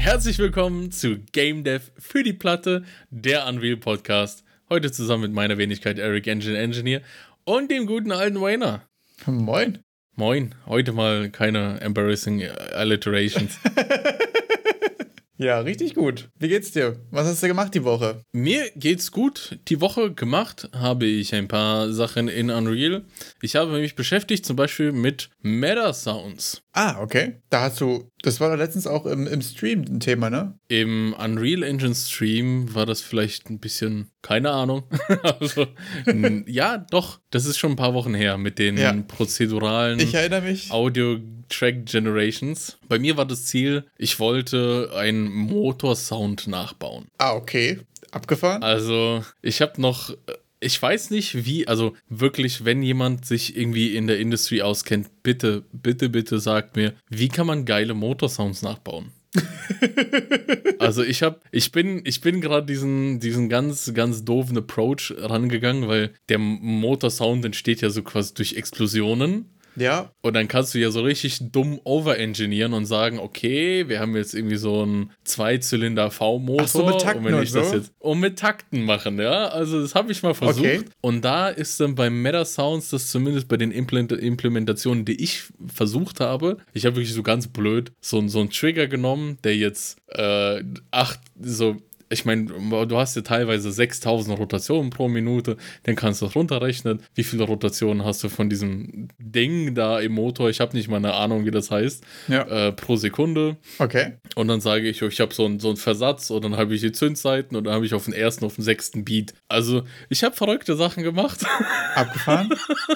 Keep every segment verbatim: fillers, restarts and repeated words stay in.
Herzlich willkommen zu Game Dev für die Platte, der Unreal Podcast. Heute zusammen mit meiner Wenigkeit Eric Engine Engineer und dem guten alten Wayner. Moin. Moin. Heute mal keine embarrassing Alliterations. Ja, richtig gut. Wie geht's dir? Was hast du gemacht die Woche? Mir geht's gut. Die Woche gemacht habe ich ein paar Sachen in Unreal. Ich habe mich beschäftigt zum Beispiel mit Meta Sounds. Ah, okay. Da hast du, das war doch letztens auch im, im Stream ein Thema, ne? Im Unreal Engine Stream war das vielleicht ein bisschen, keine Ahnung. also, n- ja, doch, das ist schon ein paar Wochen her mit den Ja. prozeduralen Ich erinnere mich. Audio-Track Generations. Bei mir war das Ziel, ich wollte einen Motorsound nachbauen. Ah, okay. Abgefahren? Also, ich habe noch, ich weiß nicht wie, also wirklich, wenn jemand sich irgendwie in der Industrie auskennt, bitte, bitte, bitte sagt mir, wie kann man geile Motorsounds nachbauen? Also ich habe, ich bin, ich bin gerade diesen, diesen ganz, ganz doofen Approach rangegangen, weil der Motorsound entsteht ja so quasi durch Explosionen. Ja. Und dann kannst du ja so richtig dumm overengineeren und sagen, okay, wir haben jetzt irgendwie so einen Zweizylinder-V-Motor. Ach so, mit Takten und wenn und ich das so? jetzt und mit Takten machen, ja. Also das habe ich mal versucht. Okay. Und da ist dann bei Meta Sounds, das zumindest bei den Implement- Implementationen, die ich versucht habe, ich habe wirklich so ganz blöd so, ein- so einen Trigger genommen, der jetzt äh, acht, so ich meine, du hast ja teilweise sechstausend Rotationen pro Minute, dann kannst du das runterrechnen, wie viele Rotationen hast du von diesem Ding da im Motor, ich habe nicht mal eine Ahnung, wie das heißt, Ja. äh, pro Sekunde. Okay. Und dann sage ich, ich habe so einen so einen Versatz und dann habe ich die Zündseiten und dann habe ich auf den ersten, auf den sechsten Beat. Also, ich habe verrückte Sachen gemacht. Abgefahren?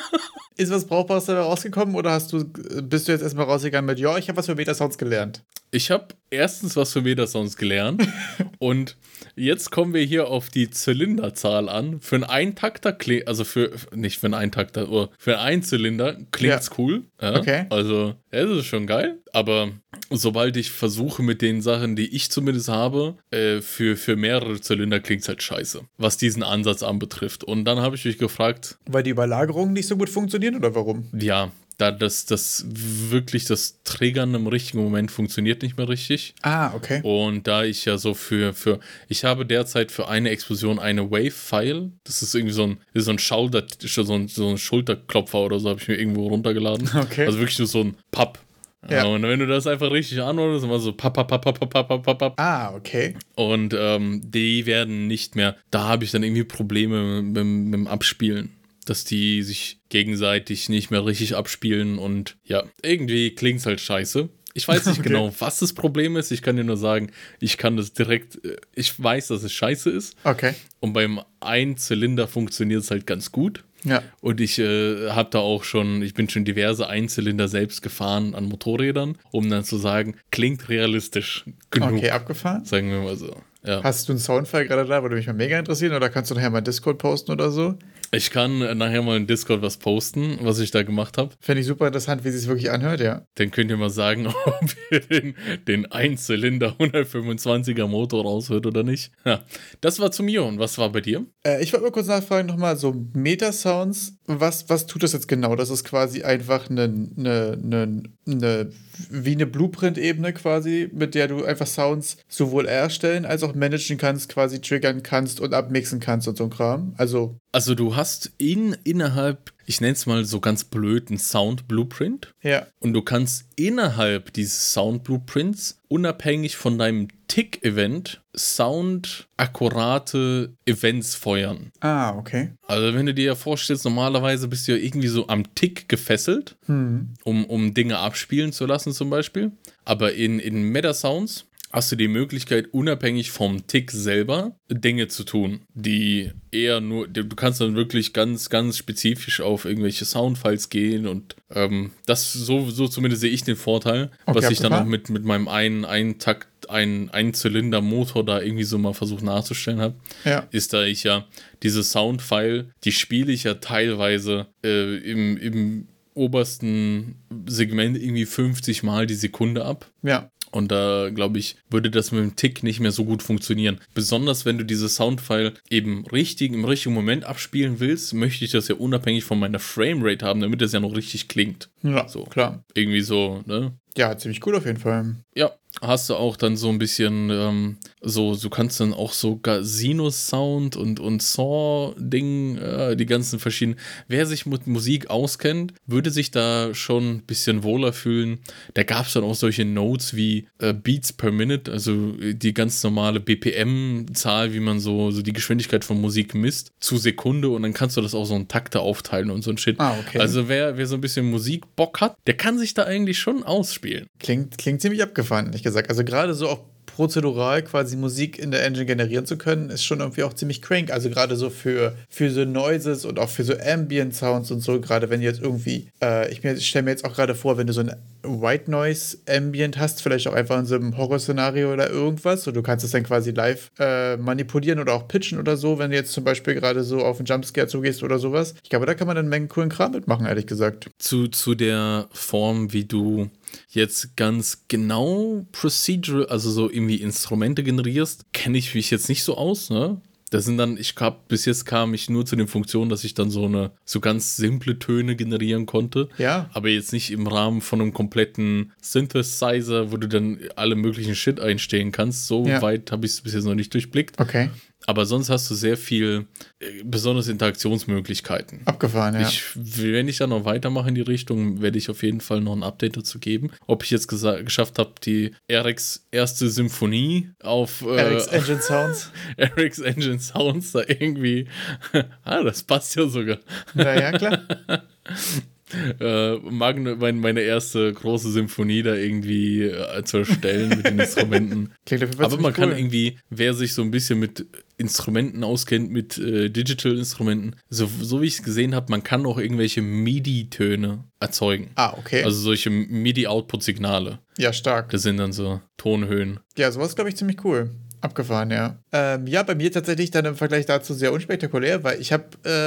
Ist was Brauchbares dabei rausgekommen oder hast du, bist du jetzt erstmal rausgegangen mit, ja, ich habe was für Meta-Sounds gelernt? Ich habe erstens was für Meta-Sounds gelernt und jetzt kommen wir hier auf die Zylinderzahl an. Für einen Eintakter klingt, also für, nicht für einen Eintakter, aber für einen Einzylinder klingt's Ja. cool. Ja? Okay. Also, ja, das ist schon geil. Aber sobald ich versuche mit den Sachen, die ich zumindest habe, äh, für, für mehrere Zylinder klingt's halt scheiße, was diesen Ansatz anbetrifft. Und dann habe ich mich gefragt, Weil die Überlagerungen nicht so gut funktionieren oder warum? ja, da das, das wirklich das Triggern im richtigen Moment funktioniert nicht mehr richtig. Ah, okay. Und da ich ja so für, für, ich habe derzeit für eine Explosion eine Wave-File. Das ist irgendwie so ein, ist so ein Schulter, so ein, so ein Schulterklopfer oder so, habe ich mir irgendwo runtergeladen. Okay. Also wirklich nur so ein Papp. Ja. Und wenn du das einfach richtig anordnest, immer so papp, papp, papp, papp, papp, papp, papp, papp. Ah, okay. Und ähm, die werden nicht mehr, da habe ich dann irgendwie Probleme mit, mit dem Abspielen. Dass die sich gegenseitig nicht mehr richtig abspielen und ja, irgendwie klingt's halt scheiße. Ich weiß nicht Okay. genau, was das Problem ist. Ich kann dir nur sagen, ich kann das direkt, äh, ich weiß, dass es scheiße ist. Okay. Und beim Einzylinder funktioniert es halt ganz gut. Ja. Und ich äh, habe da auch schon, ich bin schon diverse Einzylinder selbst gefahren an Motorrädern, um dann zu sagen, klingt realistisch genug, Okay, abgefahren. sagen wir mal so. Ja. Hast du einen Soundfile gerade da, würde mich mal mega interessieren, oder kannst du nachher mal Discord posten oder so? Ich kann äh, nachher mal in Discord was posten, was ich da gemacht habe. Fände ich super interessant, wie sie es wirklich anhört, ja. Dann könnt ihr mal sagen, ob ihr den, den Einzylinder hundertfünfundzwanziger Motor raushört oder nicht. Ja, das war zu mir. Und was war bei dir? Äh, ich wollte mal kurz nachfragen, nochmal so Meta-Sounds, was, was tut das jetzt genau? Das ist quasi einfach eine, eine, eine, eine wie eine Blueprint-Ebene quasi, mit der du einfach Sounds sowohl erstellen als auch managen kannst, quasi triggern kannst und abmixen kannst und so ein Kram. Also, Also du hast in, innerhalb, ich nenne es mal so ganz blöd, einen Sound-Blueprint. ja. Und du kannst innerhalb dieses Sound-Blueprints unabhängig von deinem Tick-Event soundakkurate Events feuern. Ah, okay. Also wenn du dir ja vorstellst, normalerweise bist du ja irgendwie so am Tick gefesselt, Hm. um, um Dinge abspielen zu lassen zum Beispiel. Aber in, in Meta-Sounds hast du die Möglichkeit, unabhängig vom Tick selber Dinge zu tun, die eher nur, du kannst dann wirklich ganz, ganz spezifisch auf irgendwelche Soundfiles gehen und ähm, das, so, so zumindest sehe ich den Vorteil, Okay, was ich dann auch abgefahren. mit, mit meinem einen, einen Takt, ein, ein Zylinder-Motor da irgendwie so mal versucht nachzustellen habe, Ja. ist, da ich ja diese Soundfile, die spiele ich ja teilweise äh, im, im obersten Segment irgendwie fünfzig Mal die Sekunde ab. Ja. Und da, glaube ich, würde das mit dem Tick nicht mehr so gut funktionieren. Besonders wenn du diese Soundfile eben richtig, im richtigen Moment abspielen willst, möchte ich das ja unabhängig von meiner Framerate haben, damit das ja noch richtig klingt. Ja, So. klar. Irgendwie so, ne? Ja, ziemlich cool auf jeden Fall. Ja, hast du auch dann so ein bisschen, ähm, so, du kannst dann auch so Sinus-Sound und, und Saw-Ding, äh, die ganzen verschiedenen. Wer sich mit Musik auskennt, würde sich da schon ein bisschen wohler fühlen. Da gab es dann auch solche Notes wie äh, Beats per Minute, also die ganz normale B P M-Zahl, wie man so, so die Geschwindigkeit von Musik misst, zu Sekunde und dann kannst du das auch so in Takte aufteilen und so ein Shit. Ah, okay. Also wer, wer so ein bisschen Musikbock hat, der kann sich da eigentlich schon ausspielen. Klingt, klingt ziemlich abgefahren, ehrlich gesagt. Also gerade so auch prozedural quasi Musik in der Engine generieren zu können, ist schon irgendwie auch ziemlich crank. Also gerade so für, für so Noises und auch für so Ambient Sounds und so, gerade wenn du jetzt irgendwie, äh, ich, ich stelle mir jetzt auch gerade vor, wenn du so ein White Noise Ambient hast, vielleicht auch einfach in so einem Horror-Szenario oder irgendwas, so du kannst es dann quasi live äh, manipulieren oder auch pitchen oder so, wenn du jetzt zum Beispiel gerade so auf einen Jumpscare zugehst oder sowas. Ich glaube, da kann man dann eine Menge coolen Kram mitmachen, ehrlich gesagt. Zu, zu der Form, wie du jetzt ganz genau Procedural, also so irgendwie Instrumente generierst, kenne ich mich jetzt nicht so aus, ne? Das sind dann, ich hab, bis jetzt kam ich nur zu den Funktionen, dass ich dann so eine, so ganz simple Töne generieren konnte. Ja. Aber jetzt nicht im Rahmen von einem kompletten Synthesizer, wo du dann alle möglichen Shit einstellen kannst. So ja. weit habe ich es bis jetzt noch nicht durchblickt. Okay. Aber sonst hast du sehr viel, äh, besonders Interaktionsmöglichkeiten. Abgefahren, ja. Ich, wenn ich da noch weitermache in die Richtung, werde ich auf jeden Fall noch ein Update dazu geben. Ob ich jetzt gesa- geschafft habe, die R X erste Symphonie auf äh, R X Engine Sounds. R X Engine Sounds da irgendwie. ah, das passt ja sogar. Na ja, klar. Äh, Magne, mein, meine erste große Symphonie da irgendwie äh, zu erstellen mit den Instrumenten. Klingt auf jeden Fall Aber man cool. kann irgendwie, wer sich so ein bisschen mit Instrumenten auskennt, mit äh, Digital-Instrumenten, so, so wie ich es gesehen habe, man kann auch irgendwelche MIDI-Töne erzeugen. Ah, okay. Also solche MIDI-Output-Signale. Ja, stark. Das sind dann so Tonhöhen. Ja, sowas glaube ich ziemlich cool. Abgefahren, ja. Ähm, ja, bei mir tatsächlich dann im Vergleich dazu sehr unspektakulär, weil ich habe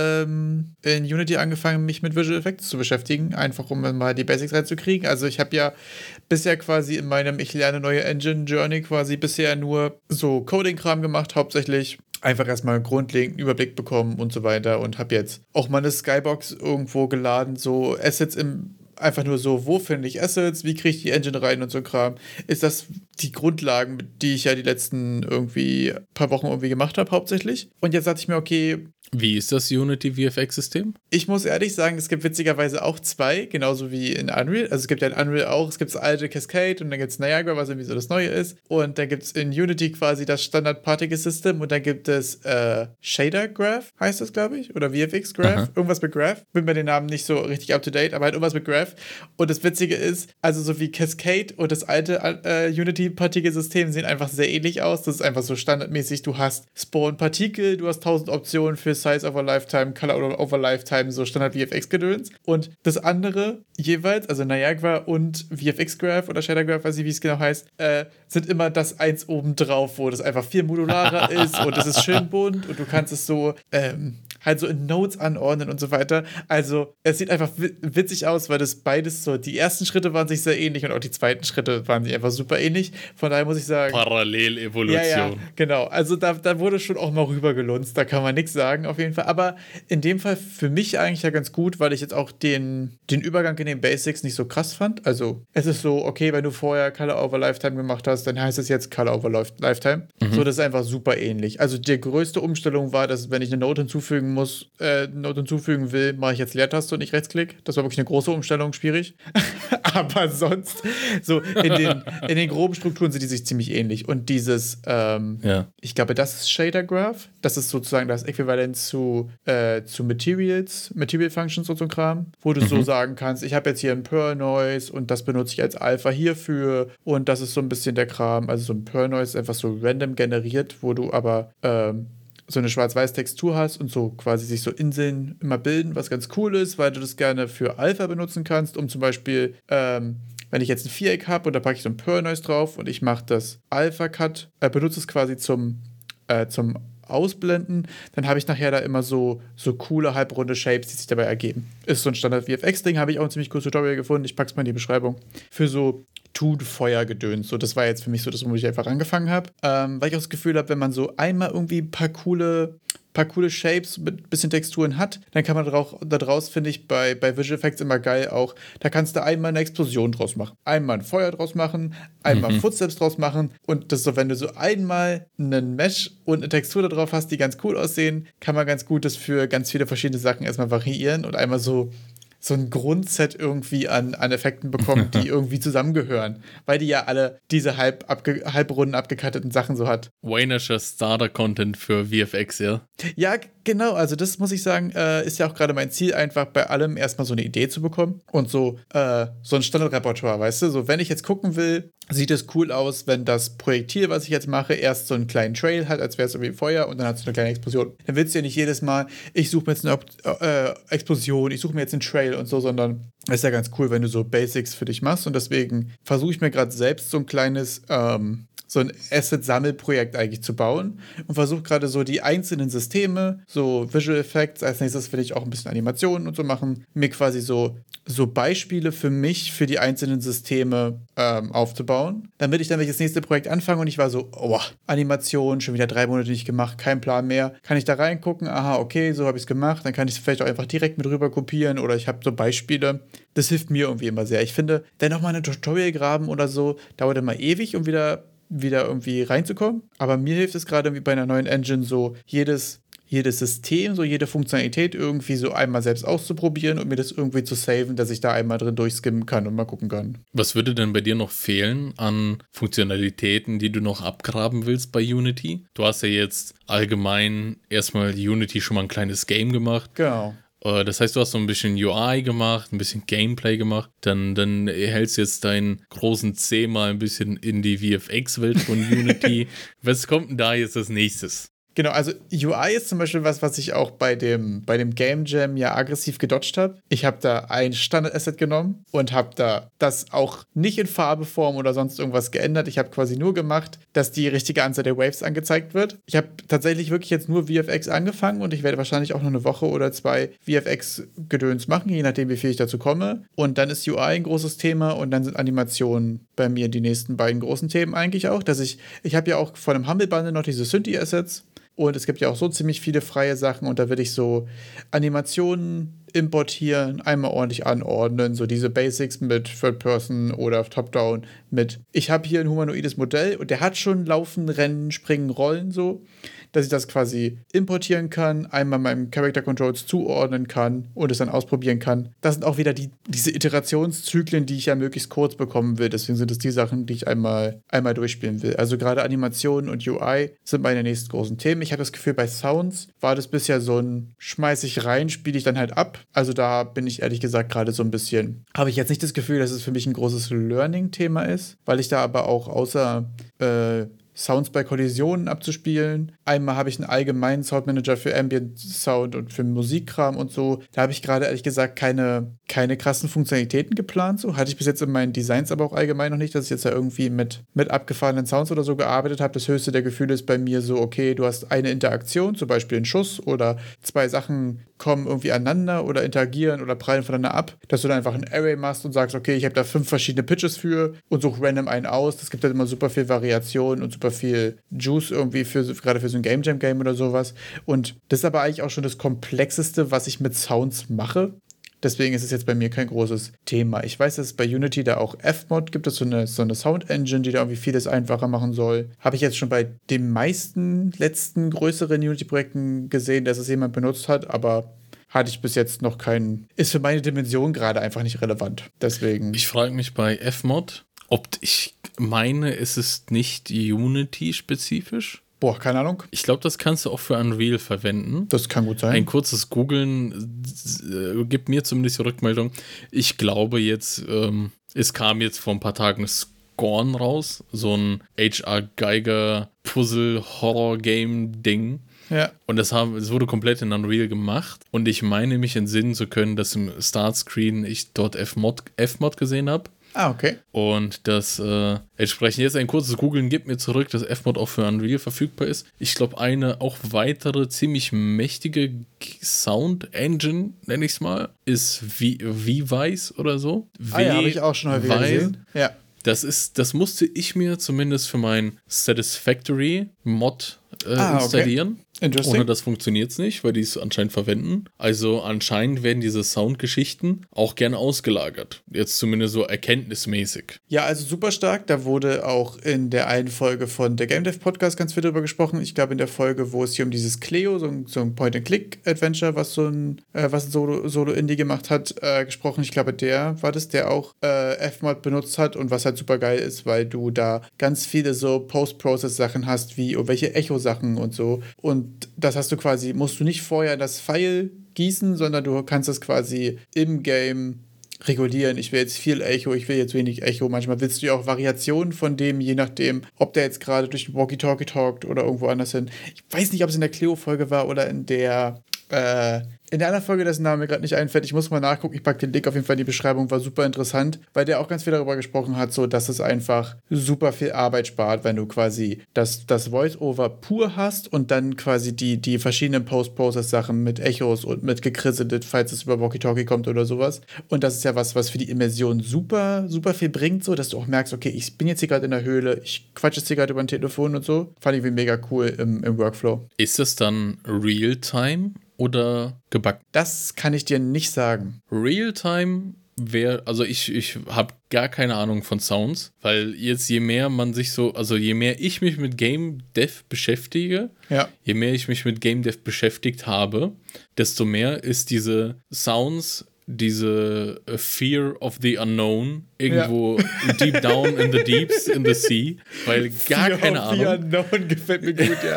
ähm, in Unity angefangen, mich mit Visual Effects zu beschäftigen, einfach um mal die Basics reinzukriegen. Also ich habe ja bisher quasi in meinem Ich lerne neue Engine Journey quasi bisher nur so Coding-Kram gemacht, hauptsächlich. Einfach erstmal grundlegend Überblick bekommen und so weiter und habe jetzt auch mal eine Skybox irgendwo geladen, so Assets im einfach nur so, wo finde ich Assets, wie kriege ich die Engine rein und so Kram. Ist das die Grundlagen, die ich ja die letzten irgendwie paar Wochen irgendwie gemacht habe, hauptsächlich. Und jetzt dachte ich mir, okay, Wie ist das Unity V F X-System? ich muss ehrlich sagen, es gibt witzigerweise auch zwei, genauso wie in Unreal. Also es gibt ja in Unreal auch, es gibt das alte Cascade und dann gibt es Niagara, was irgendwie so das Neue ist. Und dann gibt es in Unity quasi das Standard Particle System und dann gibt es äh, Shader Graph, heißt das, glaube ich, oder V F X Graph, Aha. irgendwas mit Graph. Bin bei den Namen nicht so richtig up to date, aber halt irgendwas mit Graph. Und das Witzige ist, also so wie Cascade und das alte äh, Unity Particle System sehen einfach sehr ähnlich aus. Das ist einfach so standardmäßig, du hast Spawn Partikel, du hast tausend Optionen für Size over Lifetime, Color over Lifetime, so Standard V F X-Gedöns. Und das andere jeweils, also Niagara und V F X-Graph oder Shader Graph, weiß ich, wie es genau heißt, äh, sind immer das eins oben drauf, wo das einfach viel modularer ist und es ist schön bunt und du kannst es so ähm, halt so in Nodes anordnen und so weiter. Also es sieht einfach witzig aus, weil das beides so, die ersten Schritte waren sich sehr ähnlich und auch die zweiten Schritte waren sich einfach super ähnlich. Von daher muss ich sagen, Parallelevolution. ja, ja, genau. Also da, da wurde schon auch mal rübergelunzt, da kann man nichts sagen, auf jeden Fall. Aber in dem Fall für mich eigentlich ja ganz gut, weil ich jetzt auch den, den Übergang in den Basics nicht so krass fand. Also es ist so, okay, wenn du vorher Color over Lifetime gemacht hast, dann heißt es jetzt Color over Lifetime. Mhm. So, das ist einfach super ähnlich. Also die größte Umstellung war, dass wenn ich eine Note hinzufügen muss, äh, eine Note hinzufügen will, mache ich jetzt Leertaste und nicht Rechtsklick. Das war wirklich eine große Umstellung, schwierig. Aber sonst, so in den, in den groben Strukturen sind die sich ziemlich ähnlich. Und dieses, ähm, ja. ich glaube, das ist Shader Graph. Das ist sozusagen das Äquivalent zu, äh, zu Materials, Material Functions und so ein Kram, wo du mhm. so sagen kannst, ich habe jetzt hier ein Pearl Noise und das benutze ich als Alpha hierfür und das ist so ein bisschen der Kram. Also so ein Pearl Noise ist einfach so random generiert, wo du aber ähm, so eine Schwarz-Weiß-Textur hast und so quasi sich so Inseln immer bilden, was ganz cool ist, weil du das gerne für Alpha benutzen kannst, um zum Beispiel, ähm, wenn ich jetzt ein Viereck habe und da packe ich so ein Pearl Noise drauf und ich mache das Alpha-Cut, äh, benutze es quasi zum, äh, zum Ausblenden, dann habe ich nachher da immer so, so coole halbrunde Shapes, die sich dabei ergeben. Ist so ein Standard-V F X-Ding, habe ich auch ein ziemlich cooles Tutorial gefunden, ich pack's mal in die Beschreibung. Für so Tut-Feuer-Gedöns. So, das war jetzt für mich so das, wo ich einfach angefangen habe. Ähm, weil ich auch das Gefühl habe, wenn man so einmal irgendwie ein paar coole paar coole Shapes mit bisschen Texturen hat, dann kann man daraus, daraus finde ich, bei, bei Visual Effects immer geil auch, da kannst du einmal eine Explosion draus machen, einmal ein Feuer draus machen, einmal mhm. Footsteps draus machen und das so, wenn du so einmal einen Mesh und eine Textur da drauf hast, die ganz cool aussehen, kann man ganz gut das für ganz viele verschiedene Sachen erstmal variieren und einmal so so ein Grundset irgendwie an, an Effekten bekommen, die irgendwie zusammengehören. Weil die ja alle diese halb abge, halbrunden abgekatteten Sachen so hat. Waynerscher Starter-Content für V F X, ja? Ja, genau. Also das muss ich sagen, äh, ist ja auch gerade mein Ziel, einfach bei allem erstmal so eine Idee zu bekommen. Und so, äh, so ein Standardrepertoire, weißt du? So, wenn ich jetzt gucken will, sieht es cool aus, wenn das Projektil, was ich jetzt mache, erst so einen kleinen Trail hat, als wäre es irgendwie Feuer und dann hat es eine kleine Explosion. Dann willst du ja nicht jedes Mal, ich suche mir jetzt eine äh, Explosion, ich suche mir jetzt einen Trail und so, sondern es ist ja ganz cool, wenn du so Basics für dich machst und deswegen versuche ich mir gerade selbst so ein kleines ähm, so ein Asset-Sammelprojekt eigentlich zu bauen und versuche gerade so die einzelnen Systeme, so Visual Effects, als nächstes will ich auch ein bisschen Animationen und so machen, mir quasi so, so Beispiele für mich, für die einzelnen Systeme ähm, aufzubauen, damit ich dann, wenn ich das nächste Projekt anfange und ich war so, oh, Animation, schon wieder drei Monate nicht gemacht, kein Plan mehr, kann ich da reingucken, aha, okay, so habe ich es gemacht, dann kann ich es vielleicht auch einfach direkt mit rüber kopieren oder ich habe so Beispiele. Das hilft mir irgendwie immer sehr. Ich finde, dann nochmal ein Tutorial graben oder so, dauert immer ewig, um wieder wieder irgendwie reinzukommen. Aber mir hilft es gerade irgendwie bei einer neuen Engine so, jedes, jedes System, so jede Funktionalität irgendwie so einmal selbst auszuprobieren und mir das irgendwie zu saven, dass ich da einmal drin durchskimmen kann und mal gucken kann. Was würde denn bei dir noch fehlen an Funktionalitäten, die du noch abgraben willst bei Unity? Du hast ja jetzt allgemein erstmal Unity schon mal ein kleines Game gemacht. Genau. Das heißt, du hast so ein bisschen U I gemacht, ein bisschen Gameplay gemacht, dann, dann hältst du jetzt deinen großen C mal ein bisschen in die V F X-Welt von Unity. Was kommt denn da jetzt als nächstes? Genau, also U I ist zum Beispiel was, was ich auch bei dem, bei dem Game Jam ja aggressiv gedodged habe. Ich habe da ein Standard-Asset genommen und habe da das auch nicht in Farbe, Form oder sonst irgendwas geändert. Ich habe quasi nur gemacht, dass die richtige Anzahl der Waves angezeigt wird. Ich habe tatsächlich wirklich jetzt nur V F X angefangen und ich werde wahrscheinlich auch noch eine Woche oder zwei V F X-Gedöns machen, je nachdem, wie viel ich dazu komme. Und dann ist U I ein großes Thema und dann sind Animationen bei mir die nächsten beiden großen Themen eigentlich auch, dass ich, ich habe ja auch von einem Humble Bundle noch diese Synthi-Assets. Und es gibt ja auch so ziemlich viele freie Sachen und da will ich so Animationen importieren, einmal ordentlich anordnen, so diese Basics mit Third Person oder Top-Down mit, ich habe hier ein humanoides Modell und der hat schon Laufen, Rennen, Springen, Rollen so, dass ich das quasi importieren kann, einmal meinem Character Controls zuordnen kann und es dann ausprobieren kann. Das sind auch wieder die, diese Iterationszyklen, die ich ja möglichst kurz bekommen will. Deswegen sind es die Sachen, die ich einmal, einmal durchspielen will. Also gerade Animationen und U I sind meine nächsten großen Themen. Ich habe das Gefühl, bei Sounds war das bisher so ein schmeiß ich rein, spiele ich dann halt ab. Also da bin ich ehrlich gesagt gerade so ein bisschen, habe ich jetzt nicht das Gefühl, dass es für mich ein großes Learning-Thema ist, weil ich da aber auch außer äh, Sounds bei Kollisionen abzuspielen. Einmal habe ich einen allgemeinen Soundmanager für Ambient Sound und für Musikkram und so. Da habe ich gerade ehrlich gesagt keine, keine krassen Funktionalitäten geplant. So hatte ich bis jetzt in meinen Designs aber auch allgemein noch nicht, dass ich jetzt da irgendwie mit, mit abgefahrenen Sounds oder so gearbeitet habe. Das höchste der Gefühle ist bei mir so, okay, du hast eine Interaktion, zum Beispiel einen Schuss oder zwei Sachen kommen irgendwie aneinander oder interagieren oder prallen voneinander ab, dass du dann einfach ein Array machst und sagst, okay, ich habe da fünf verschiedene Pitches für und suche random einen aus. Das gibt halt immer super viel Variation und super viel Juice irgendwie für gerade für so ein Game Jam Game oder sowas. Und das ist aber eigentlich auch schon das Komplexeste, was ich mit Sounds mache. Deswegen ist es jetzt bei mir kein großes Thema. Ich weiß, dass es bei Unity da auch F-Mod gibt, das so eine, so eine Sound-Engine, die da irgendwie vieles einfacher machen soll. Habe ich jetzt schon bei den meisten letzten größeren Unity-Projekten gesehen, dass es jemand benutzt hat, aber hatte ich bis jetzt noch keinen. Ist für meine Dimension gerade einfach nicht relevant. Deswegen. Ich frage mich bei F-Mod, ob ich meine, ist es nicht Unity-spezifisch? Boah, keine Ahnung. Ich glaube, das kannst du auch für Unreal verwenden. Das kann gut sein. Ein kurzes Googlen äh, gibt mir zumindest die Rückmeldung. Ich glaube jetzt, ähm, es kam jetzt vor ein paar Tagen Scorn raus, so ein H R. Geiger Puzzle-Horror-Game-Ding. Ja. Und das, haben, das wurde komplett in Unreal gemacht. Und ich meine mich entsinnen zu können, dass im Startscreen ich dort F-Mod, F-Mod gesehen habe. Ah, okay. Und das äh, entsprechend jetzt ein kurzes Googlen gibt mir zurück, dass F-Mod auch für Unreal verfügbar ist. Ich glaube, eine auch weitere ziemlich mächtige Sound-Engine, nenne ich es mal, ist V-Vice oder so. Ah ja, habe ich auch schon häufiger gesehen. Ja. Das ist, das musste ich mir zumindest für mein Satisfactory-Mod äh, ah, installieren. Okay. Interesting. Ohne das funktioniert es nicht, weil die es anscheinend verwenden. Also anscheinend werden diese Soundgeschichten auch gerne ausgelagert. Jetzt zumindest so erkenntnismäßig. Ja, also super stark. Da wurde auch in der einen Folge von der Game Dev Podcast ganz viel drüber gesprochen. Ich glaube in der Folge, wo es hier um dieses Cleo, so ein, so ein Point-and-Click-Adventure, was so ein, äh, was ein Solo, Solo-Indie gemacht hat, äh, gesprochen. Ich glaube, der war das, der auch äh, F-Mod benutzt hat und was halt super geil ist, weil du da ganz viele so Post-Process-Sachen hast, wie irgendwelche Echo-Sachen und so. Und das hast du quasi, musst du nicht vorher das File gießen, sondern du kannst das quasi im Game regulieren. Ich will jetzt viel Echo, ich will jetzt wenig Echo. Manchmal willst du ja auch Variationen von dem, je nachdem, ob der jetzt gerade durch den Walkie-Talkie talkt oder irgendwo anders hin. Ich weiß nicht, ob es in der Cleo-Folge war oder in der äh, in der anderen Folge, dessen Name mir gerade nicht einfällt, ich muss mal nachgucken, ich packe den Link auf jeden Fall in die Beschreibung, war super interessant, weil der auch ganz viel darüber gesprochen hat, so dass es einfach super viel Arbeit spart, wenn du quasi das, das Voice-Over pur hast und dann quasi die, die verschiedenen Post-Process-Sachen mit Echos und mit gekrisselt, falls es über Walkie-Talkie kommt oder sowas. Und das ist ja was, was für die Immersion super, super viel bringt, so dass du auch merkst, okay, ich bin jetzt hier gerade in der Höhle, ich quatsche jetzt hier gerade über ein Telefon und so. Fand ich mega cool im, im Workflow. Ist das dann Real-Time oder gebacken? Das kann ich dir nicht sagen. Realtime wäre, also ich, ich habe gar keine Ahnung von Sounds, weil jetzt je mehr man sich so, also je mehr ich mich mit Game Dev beschäftige, ja. je mehr ich mich mit Game Dev beschäftigt habe, desto mehr ist diese Sounds, diese Fear of the Unknown irgendwo ja. deep down in the deeps in the sea, weil gar Fear keine of Ahnung. Fear of the Unknown gefällt mir gut, ja.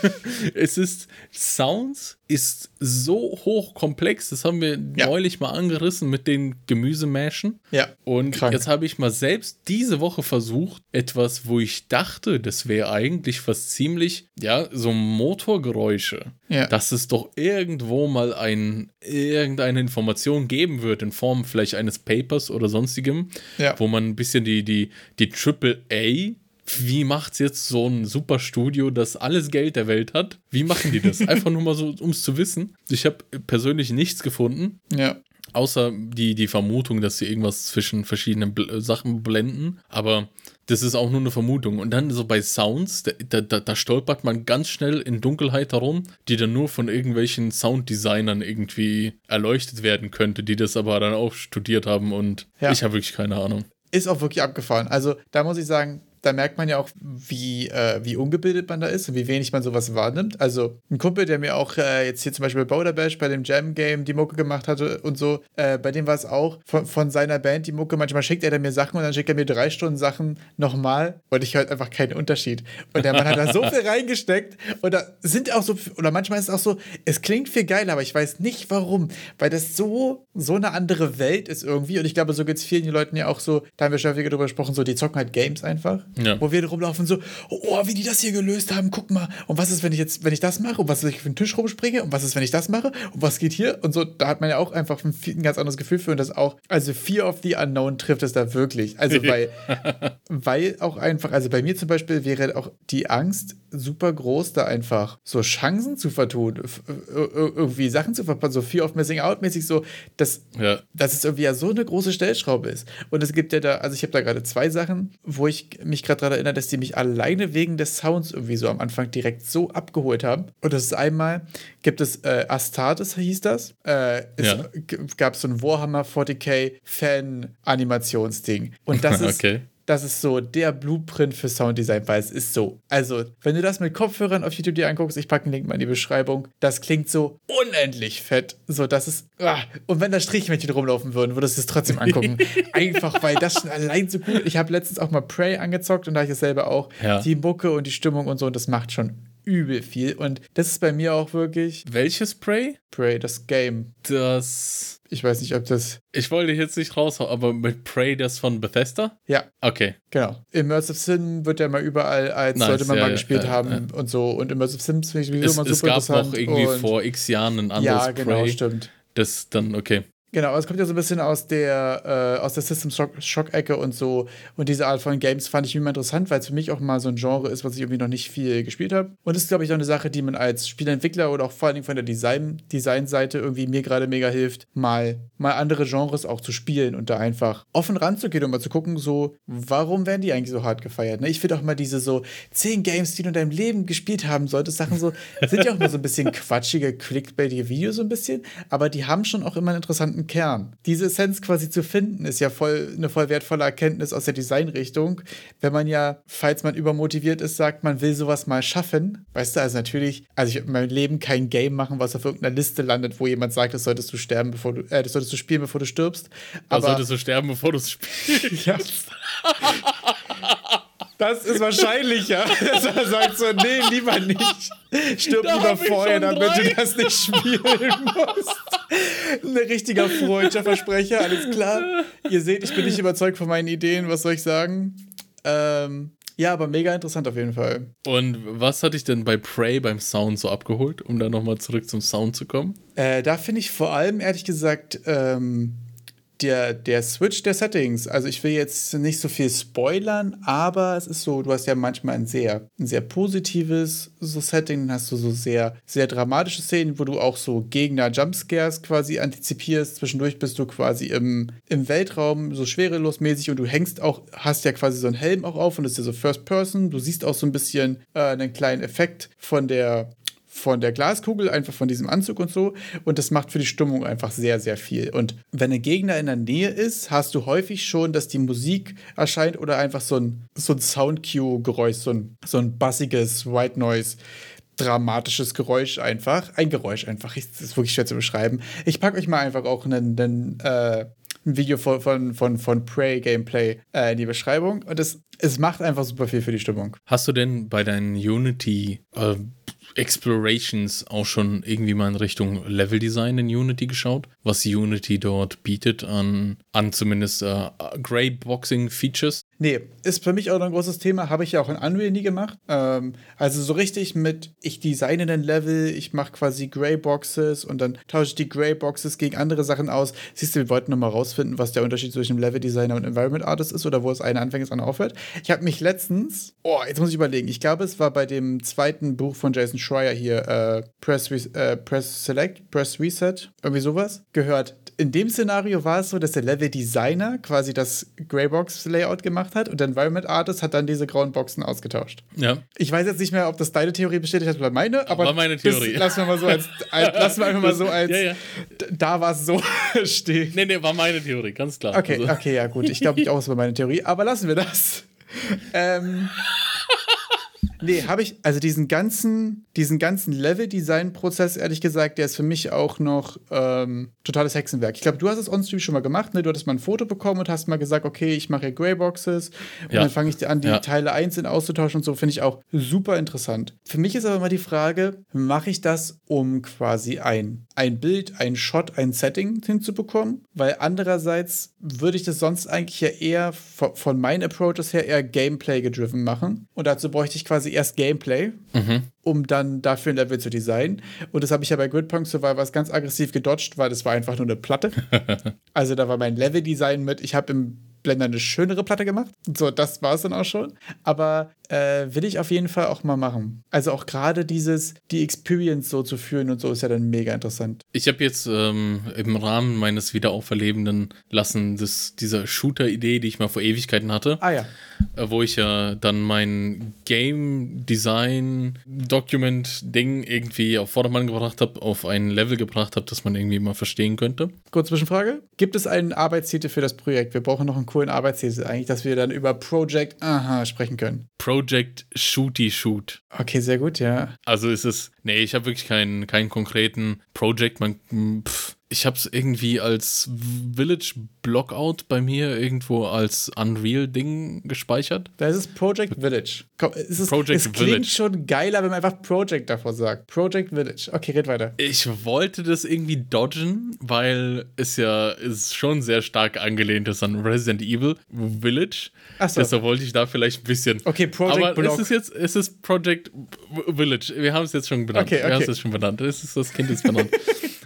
Es ist, Sounds ist so hochkomplex, das haben wir ja. neulich mal angerissen mit den Gemüsemäschen. Ja. Und Krank. Jetzt habe ich mal selbst diese Woche versucht, etwas, wo ich dachte, das wäre eigentlich was ziemlich, ja, so Motorgeräusche, ja. dass es doch irgendwo mal ein, irgendeine Information geben wird in Form vielleicht eines Papers oder sonstigem, ja. wo man ein bisschen die, die, die Triple A, wie macht's jetzt so ein super Studio, das alles Geld der Welt hat? Wie machen die das? Einfach nur mal so, um es zu wissen. Ich habe persönlich nichts gefunden. Ja. Außer die, die Vermutung, dass sie irgendwas zwischen verschiedenen Bl- Sachen blenden. Aber das ist auch nur eine Vermutung. Und dann so bei Sounds, da, da, da stolpert man ganz schnell in Dunkelheit herum, die dann nur von irgendwelchen Sounddesignern irgendwie erleuchtet werden könnte, die das aber dann auch studiert haben. Und ja. ich habe wirklich keine Ahnung. Ist auch wirklich abgefahren. Also da muss ich sagen, da merkt man ja auch, wie, äh, wie ungebildet man da ist und wie wenig man sowas wahrnimmt. Also ein Kumpel, der mir auch äh, jetzt hier zum Beispiel bei Boulder Bash bei dem Jam-Game die Mucke gemacht hatte und so, äh, bei dem war es auch von, von seiner Band die Mucke. Manchmal schickt er mir Sachen und dann schickt er mir drei Stunden Sachen nochmal und ich höre einfach keinen Unterschied. Und der Mann hat da so viel reingesteckt und da sind auch so, oder manchmal ist es auch so, es klingt viel geiler, aber ich weiß nicht warum, weil das so, so eine andere Welt ist irgendwie und ich glaube, so geht es vielen Leuten ja auch so, da haben wir schon häufiger drüber gesprochen, so die zocken halt Games einfach. Ja. Wo wir rumlaufen so, oh, wie die das hier gelöst haben, guck mal. Und was ist, wenn ich jetzt, wenn ich das mache? Und was ist, wenn ich auf den Tisch rumspringe? Und was ist, wenn ich das mache? Und was geht hier? Und so, da hat man ja auch einfach ein, ein ganz anderes Gefühl für. Und das auch, also Fear of the Unknown trifft es da wirklich. Also weil, weil auch einfach, also bei mir zum Beispiel wäre auch die Angst super groß, da einfach so Chancen zu vertun, irgendwie Sachen zu verpassen, so Fear of Missing Out mäßig so, dass, ja. dass es irgendwie ja so eine große Stellschraube ist. Und es gibt ja da, also ich habe da gerade zwei Sachen, wo ich mich gerade daran erinnere, dass die mich alleine wegen des Sounds irgendwie so am Anfang direkt so abgeholt haben. Und das ist einmal, gibt es äh, Astartes hieß das. Äh, es ja. g- gab so ein Warhammer forty K Fan-Animationsding. Und das ist okay. Das ist so der Blueprint für Sounddesign, weil es ist so. Also, wenn du das mit Kopfhörern auf YouTube dir anguckst, ich packe einen Link mal in die Beschreibung, das klingt so unendlich fett. So, das ist. Ah. Und wenn da Strichmännchen rumlaufen würden, würdest du es trotzdem angucken. Einfach, weil das schon allein so gut. Ich habe letztens auch mal Prey angezockt und da habe ich es selber auch. Ja. Die Mucke und die Stimmung und so, und das macht schon übel viel. Und das ist bei mir auch wirklich. Welches Prey? Prey, das Game. Das. Ich weiß nicht, ob das. Ich wollte jetzt nicht raushauen, aber mit Prey, das von Bethesda? Ja. Okay. Genau. Immersive Sim wird ja mal überall als nice, sollte man ja, mal gespielt ja, haben ja. und so. Und Immersive Sims finde ich sowieso es, mal super interessant. Es gab interessant. noch irgendwie vor x Jahren ein anderes ja, genau, Prey. Stimmt. Das dann, okay. Genau, es kommt ja so ein bisschen aus der, äh, aus der System-Shock-Ecke und so. Und diese Art von Games fand ich immer interessant, weil es für mich auch mal so ein Genre ist, was ich irgendwie noch nicht viel gespielt habe. Und das ist, glaube ich, auch eine Sache, die man als Spieleentwickler oder auch vor allen Dingen von der Design- Design-Seite irgendwie mir gerade mega hilft, mal, mal andere Genres auch zu spielen und da einfach offen ranzugehen und mal zu gucken, so, warum werden die eigentlich so hart gefeiert? Ne? Ich finde auch mal diese so zehn Games, die du in deinem Leben gespielt haben solltest, Sachen so, sind ja auch mal so ein bisschen quatschige, clickbaitige Videos so ein bisschen, aber die haben schon auch immer einen interessanten Kern. Diese Essenz quasi zu finden, ist ja voll eine voll wertvolle Erkenntnis aus der Designrichtung, wenn man ja, falls man übermotiviert ist, sagt, man will sowas mal schaffen. Weißt du, also natürlich, also ich werde in meinem Leben kein Game machen, was auf irgendeiner Liste landet, wo jemand sagt, das solltest du sterben, bevor du, äh, das solltest du spielen, bevor du stirbst. Aber da solltest du sterben, bevor du es spielst. Ja. Das ist wahrscheinlicher. Er sagt so, nee, lieber nicht. Stirb da lieber vorher, damit drei. du das nicht spielen musst. Ein richtiger freundlicher Versprecher, alles klar. Ihr seht, ich bin nicht überzeugt von meinen Ideen, was soll ich sagen? Ähm, ja, aber mega interessant auf jeden Fall. Und was hat dich denn bei Prey beim Sound so abgeholt, um da nochmal zurück zum Sound zu kommen? Äh, da finde ich vor allem, ehrlich gesagt, ähm, Der, der Switch der Settings, also ich will jetzt nicht so viel spoilern, aber es ist so, du hast ja manchmal ein sehr, ein sehr positives so Setting, dann hast du so sehr, sehr dramatische Szenen, wo du auch so Gegner-Jumpscares quasi antizipierst, zwischendurch bist du quasi im, im Weltraum so schwerelosmäßig und du hängst auch, hast ja quasi so einen Helm auch auf und das ist ja so First Person, du siehst auch so ein bisschen äh, einen kleinen Effekt von der von der Glaskugel, einfach von diesem Anzug und so. Und das macht für die Stimmung einfach sehr, sehr viel. Und wenn ein Gegner in der Nähe ist, hast du häufig schon, dass die Musik erscheint oder einfach so ein, so ein Soundcue-Geräusch, so ein, so ein bassiges White Noise, dramatisches Geräusch einfach. Ein Geräusch einfach. Das ist wirklich schwer zu beschreiben. Ich packe euch mal einfach auch einen, einen äh, ein Video von, von, von, von Prey Gameplay äh, in die Beschreibung. Und es, es macht einfach super viel für die Stimmung. Hast du denn bei deinen Unity äh, Explorations auch schon irgendwie mal in Richtung Leveldesign in Unity geschaut? Was Unity dort bietet an, an zumindest äh, Grayboxing-Features? Nee, ist für mich auch noch ein großes Thema, habe ich ja auch in Unreal nie gemacht. Ähm, also so richtig mit, ich designe den Level, ich mache quasi Grayboxes und dann tausche ich die Grayboxes gegen andere Sachen aus. Siehst du, wir wollten nochmal rausfinden, was der Unterschied zwischen einem Level-Designer und Environment Artist ist oder wo das eine anfängt, das andere aufhört. Ich habe mich letztens, oh, jetzt muss ich überlegen, ich glaube, es war bei dem zweiten Buch von Jason Schreier hier, äh, Press, Re- äh, Press Select, Press Reset, irgendwie sowas, gehört. In dem Szenario war es so, dass der Level-Designer quasi das Graybox-Layout gemacht hat und der Environment Artist hat dann diese grauen Boxen ausgetauscht. Ja. Ich weiß jetzt nicht mehr, ob das deine Theorie bestätigt hat oder meine, aber war meine Theorie. Das, lassen wir mal so als, als lassen wir einfach mal so als ja, ja. Da war es so stehen. Nee, nee, war meine Theorie, ganz klar. Okay, also. okay, ja gut. Ich glaube nicht auch, es war meine Theorie, aber lassen wir das. ähm Nee, habe ich, also diesen ganzen, diesen ganzen Level-Design-Prozess, ehrlich gesagt, der ist für mich auch noch ähm, totales Hexenwerk. Ich glaube, du hast es on-stream schon mal gemacht, ne? Du hattest mal ein Foto bekommen und hast mal gesagt, okay, ich mache hier Grayboxes und ja. dann fange ich an, die ja. Teile einzeln auszutauschen und so, finde ich auch super interessant. Für mich ist aber immer die Frage, mache ich das, um quasi ein, ein Bild, ein Shot, ein Setting hinzubekommen? Weil andererseits würde ich das sonst eigentlich ja eher von, von meinen Approaches her eher Gameplay-gedriven machen und dazu bräuchte ich quasi erst Gameplay, mhm. um dann dafür ein Level zu designen. Und das habe ich ja bei Gridpunk Survivors ganz aggressiv gedodged, weil das war einfach nur eine Platte. Also da war mein Level-Design mit, ich habe im Blender eine schönere Platte gemacht. So, das war es dann auch schon. Aber äh, will ich auf jeden Fall auch mal machen. Also auch gerade dieses, die Experience so zu fühlen und so ist ja dann mega interessant. Ich habe jetzt ähm, im Rahmen meines Wiederauferlebenden lassen, das, dieser Shooter-Idee, die ich mal vor Ewigkeiten hatte, ah, ja. äh, wo ich ja dann mein Game-Design-Document-Ding irgendwie auf Vordermann gebracht habe, auf ein Level gebracht habe, das man irgendwie mal verstehen könnte. Kurze Zwischenfrage. Gibt es einen Arbeitstitel für das Projekt? Wir brauchen noch einen coolen Arbeitstitel eigentlich, dass wir dann über Project Aha sprechen können. Project Shooty Shoot. Okay, sehr gut, ja. Also ist es, nee, ich habe wirklich keinen, keinen konkreten Project, man, pff, ich habe es irgendwie als Village Blockout bei mir irgendwo als Unreal-Ding gespeichert. Da ist es Project Village. Komm, es ist, Project es klingt Village. schon geiler, wenn man einfach Project davor sagt. Project Village. Okay, red weiter. Ich wollte das irgendwie dodgen, weil es ja ist schon sehr stark angelehnt ist an Resident Evil Village. Ach so. Deshalb wollte ich da vielleicht ein bisschen. Okay, Project Aber Block. es ist jetzt, es ist Project Village. Wir haben es jetzt schon benannt. Okay, okay. Wir haben es jetzt schon benannt. Es ist, das Kind ist benannt.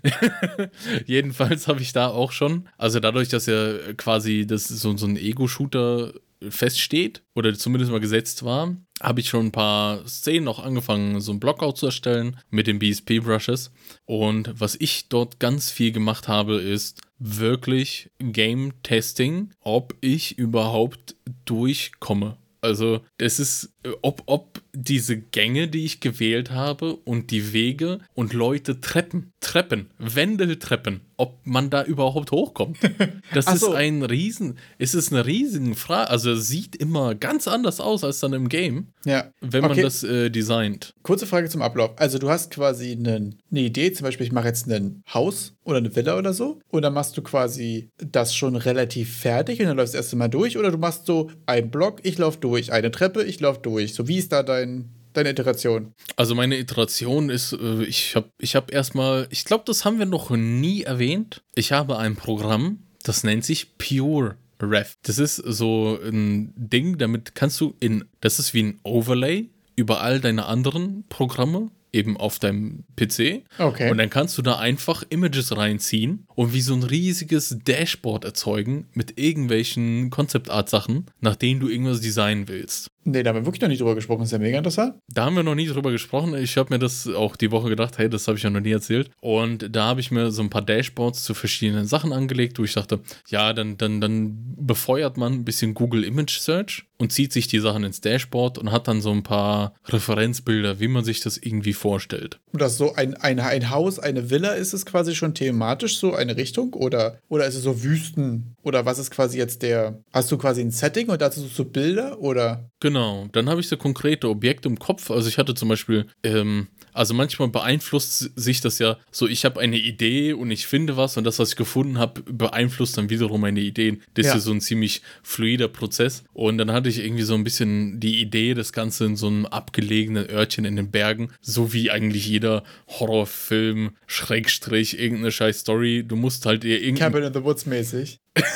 Jedenfalls habe ich da auch schon, also dadurch, dass ja quasi das so, so ein Ego-Shooter feststeht oder zumindest mal gesetzt war, habe ich schon ein paar Szenen auch angefangen, so einen Blockout zu erstellen mit den B S P-Brushes. Und was ich dort ganz viel gemacht habe, ist wirklich Game-Testing, ob ich überhaupt durchkomme. Also das ist, ob, ob diese Gänge, die ich gewählt habe und die Wege und Leute Treppen, Treppen, Wendeltreppen, ob man da überhaupt hochkommt. Das Ach ist so. ein Riesen, es ist eine riesige Frage, also es sieht immer ganz anders aus als dann im Game, Ja. wenn man Okay. das äh, designt. Kurze Frage zum Ablauf. Also du hast quasi einen, eine Idee, zum Beispiel ich mache jetzt ein Haus oder eine Villa oder so und dann machst du quasi das schon relativ fertig und dann läufst du erst einmal durch oder du machst so einen Block, ich laufe durch, eine Treppe, ich laufe durch. So, wie ist da dein, deine Iteration? Also meine Iteration ist, äh, ich habe ich hab erstmal, ich glaube, das haben wir noch nie erwähnt. Ich habe ein Programm, das nennt sich Pure Ref. Das ist so ein Ding, damit kannst du in, das ist wie ein Overlay über all deine anderen Programme, eben auf deinem P C. Okay. Und dann kannst du da einfach Images reinziehen und wie so ein riesiges Dashboard erzeugen mit irgendwelchen Concept-Art-Sachen, nach denen du irgendwas designen willst. Nee, da haben wir wirklich noch nicht drüber gesprochen. Ist ja mega interessant. Da haben wir noch nie drüber gesprochen. Ich habe mir das auch die Woche gedacht, hey, das habe ich ja noch nie erzählt. Und da habe ich mir so ein paar Dashboards zu verschiedenen Sachen angelegt, wo ich dachte, ja, dann, dann, dann befeuert man ein bisschen Google Image Search und zieht sich die Sachen ins Dashboard und hat dann so ein paar Referenzbilder, wie man sich das irgendwie vorstellt. Und das so ein, ein, ein Haus, eine Villa, ist es quasi schon thematisch so eine Richtung? Oder, oder ist es so Wüsten? Oder was ist quasi jetzt der. Hast du quasi ein Setting und dazu so Bilder? Oder. Genau, dann habe ich so konkrete Objekte im Kopf. Also ich hatte zum Beispiel, ähm, also manchmal beeinflusst sich das ja so, ich habe eine Idee und ich finde was und das, was ich gefunden habe, beeinflusst dann wiederum meine Ideen. Das Ja. ist ja so ein ziemlich fluider Prozess. Und dann hatte ich irgendwie so ein bisschen die Idee, das Ganze in so einem abgelegenen Örtchen in den Bergen, so wie eigentlich jeder Horrorfilm, Schrägstrich, irgendeine scheiß Story. Du musst halt dir irgendein Cabin in the Woods mäßig.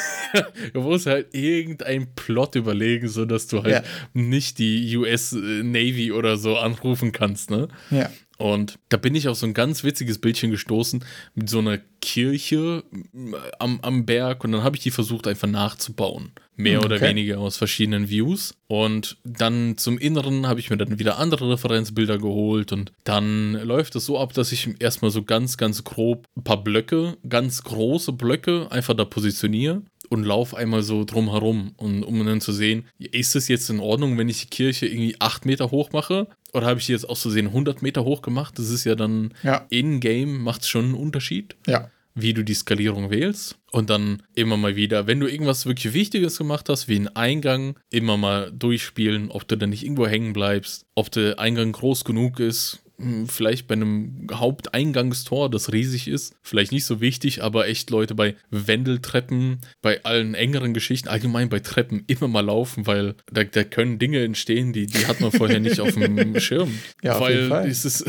Du musst halt irgendeinen Plot überlegen, sodass du halt Ja. nicht die U S Navy oder so anrufen kannst, ne? Ja. Und da bin ich auf so ein ganz witziges Bildchen gestoßen mit so einer Kirche am, am Berg und dann habe ich die versucht einfach nachzubauen. Mehr Hm, oder okay. weniger aus verschiedenen Views. Und dann zum Inneren habe ich mir dann wieder andere Referenzbilder geholt und dann läuft es so ab, dass ich erstmal so ganz, ganz grob ein paar Blöcke, ganz große Blöcke einfach da positioniere und laufe einmal so drum herum, und, um dann zu sehen, ist es jetzt in Ordnung, wenn ich die Kirche irgendwie acht Meter hoch mache? Oder habe ich die jetzt aus Versehen hundert Meter hoch gemacht? Das ist ja dann Ja. in-game, macht es schon einen Unterschied, Ja. wie du die Skalierung wählst. Und dann immer mal wieder, wenn du irgendwas wirklich Wichtiges gemacht hast, wie einen Eingang, immer mal durchspielen, ob du dann nicht irgendwo hängen bleibst, ob der Eingang groß genug ist. Hm, Vielleicht bei einem Haupteingangstor, das riesig ist, vielleicht nicht so wichtig, aber echt Leute bei Wendeltreppen, bei allen engeren Geschichten, allgemein bei Treppen immer mal laufen, weil da, da können Dinge entstehen, die, die hat man vorher nicht auf dem Schirm. Ja, auf weil jeden Fall. es ist,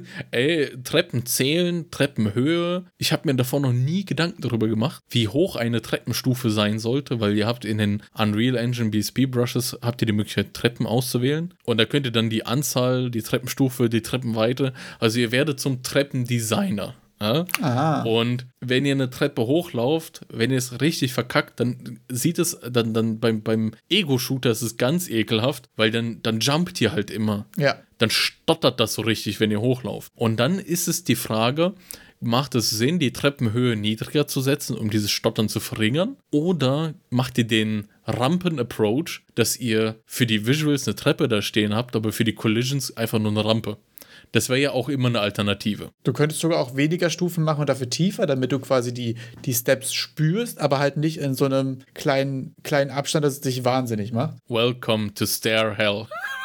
ey, Treppen zählen, Treppenhöhe. Ich habe mir davor noch nie Gedanken darüber gemacht, wie hoch eine Treppenstufe sein sollte, weil ihr habt in den Unreal Engine B S P Brushes habt ihr die Möglichkeit, Treppen auszuwählen. Und da könnt ihr dann die Anzahl, die Treppenstufe, die Treppenweite, also ihr werdet zum Treppendesigner. Ja? Aha. Und wenn ihr eine Treppe hochlauft, wenn ihr es richtig verkackt, dann sieht es, dann, dann beim, beim Ego-Shooter ist es ganz ekelhaft, weil dann, dann jumpt ihr halt immer. Ja. Dann stottert das so richtig, wenn ihr hochlauft. Und dann ist es die Frage, macht es Sinn, die Treppenhöhe niedriger zu setzen, um dieses Stottern zu verringern? Oder macht ihr den Rampen-Approach, dass ihr für die Visuals eine Treppe da stehen habt, aber für die Collisions einfach nur eine Rampe? Das wäre ja auch immer eine Alternative. Du könntest sogar auch weniger Stufen machen und dafür tiefer, damit du quasi die, die Steps spürst, aber halt nicht in so einem kleinen, kleinen Abstand, dass es dich wahnsinnig macht. Welcome to Stair Hell.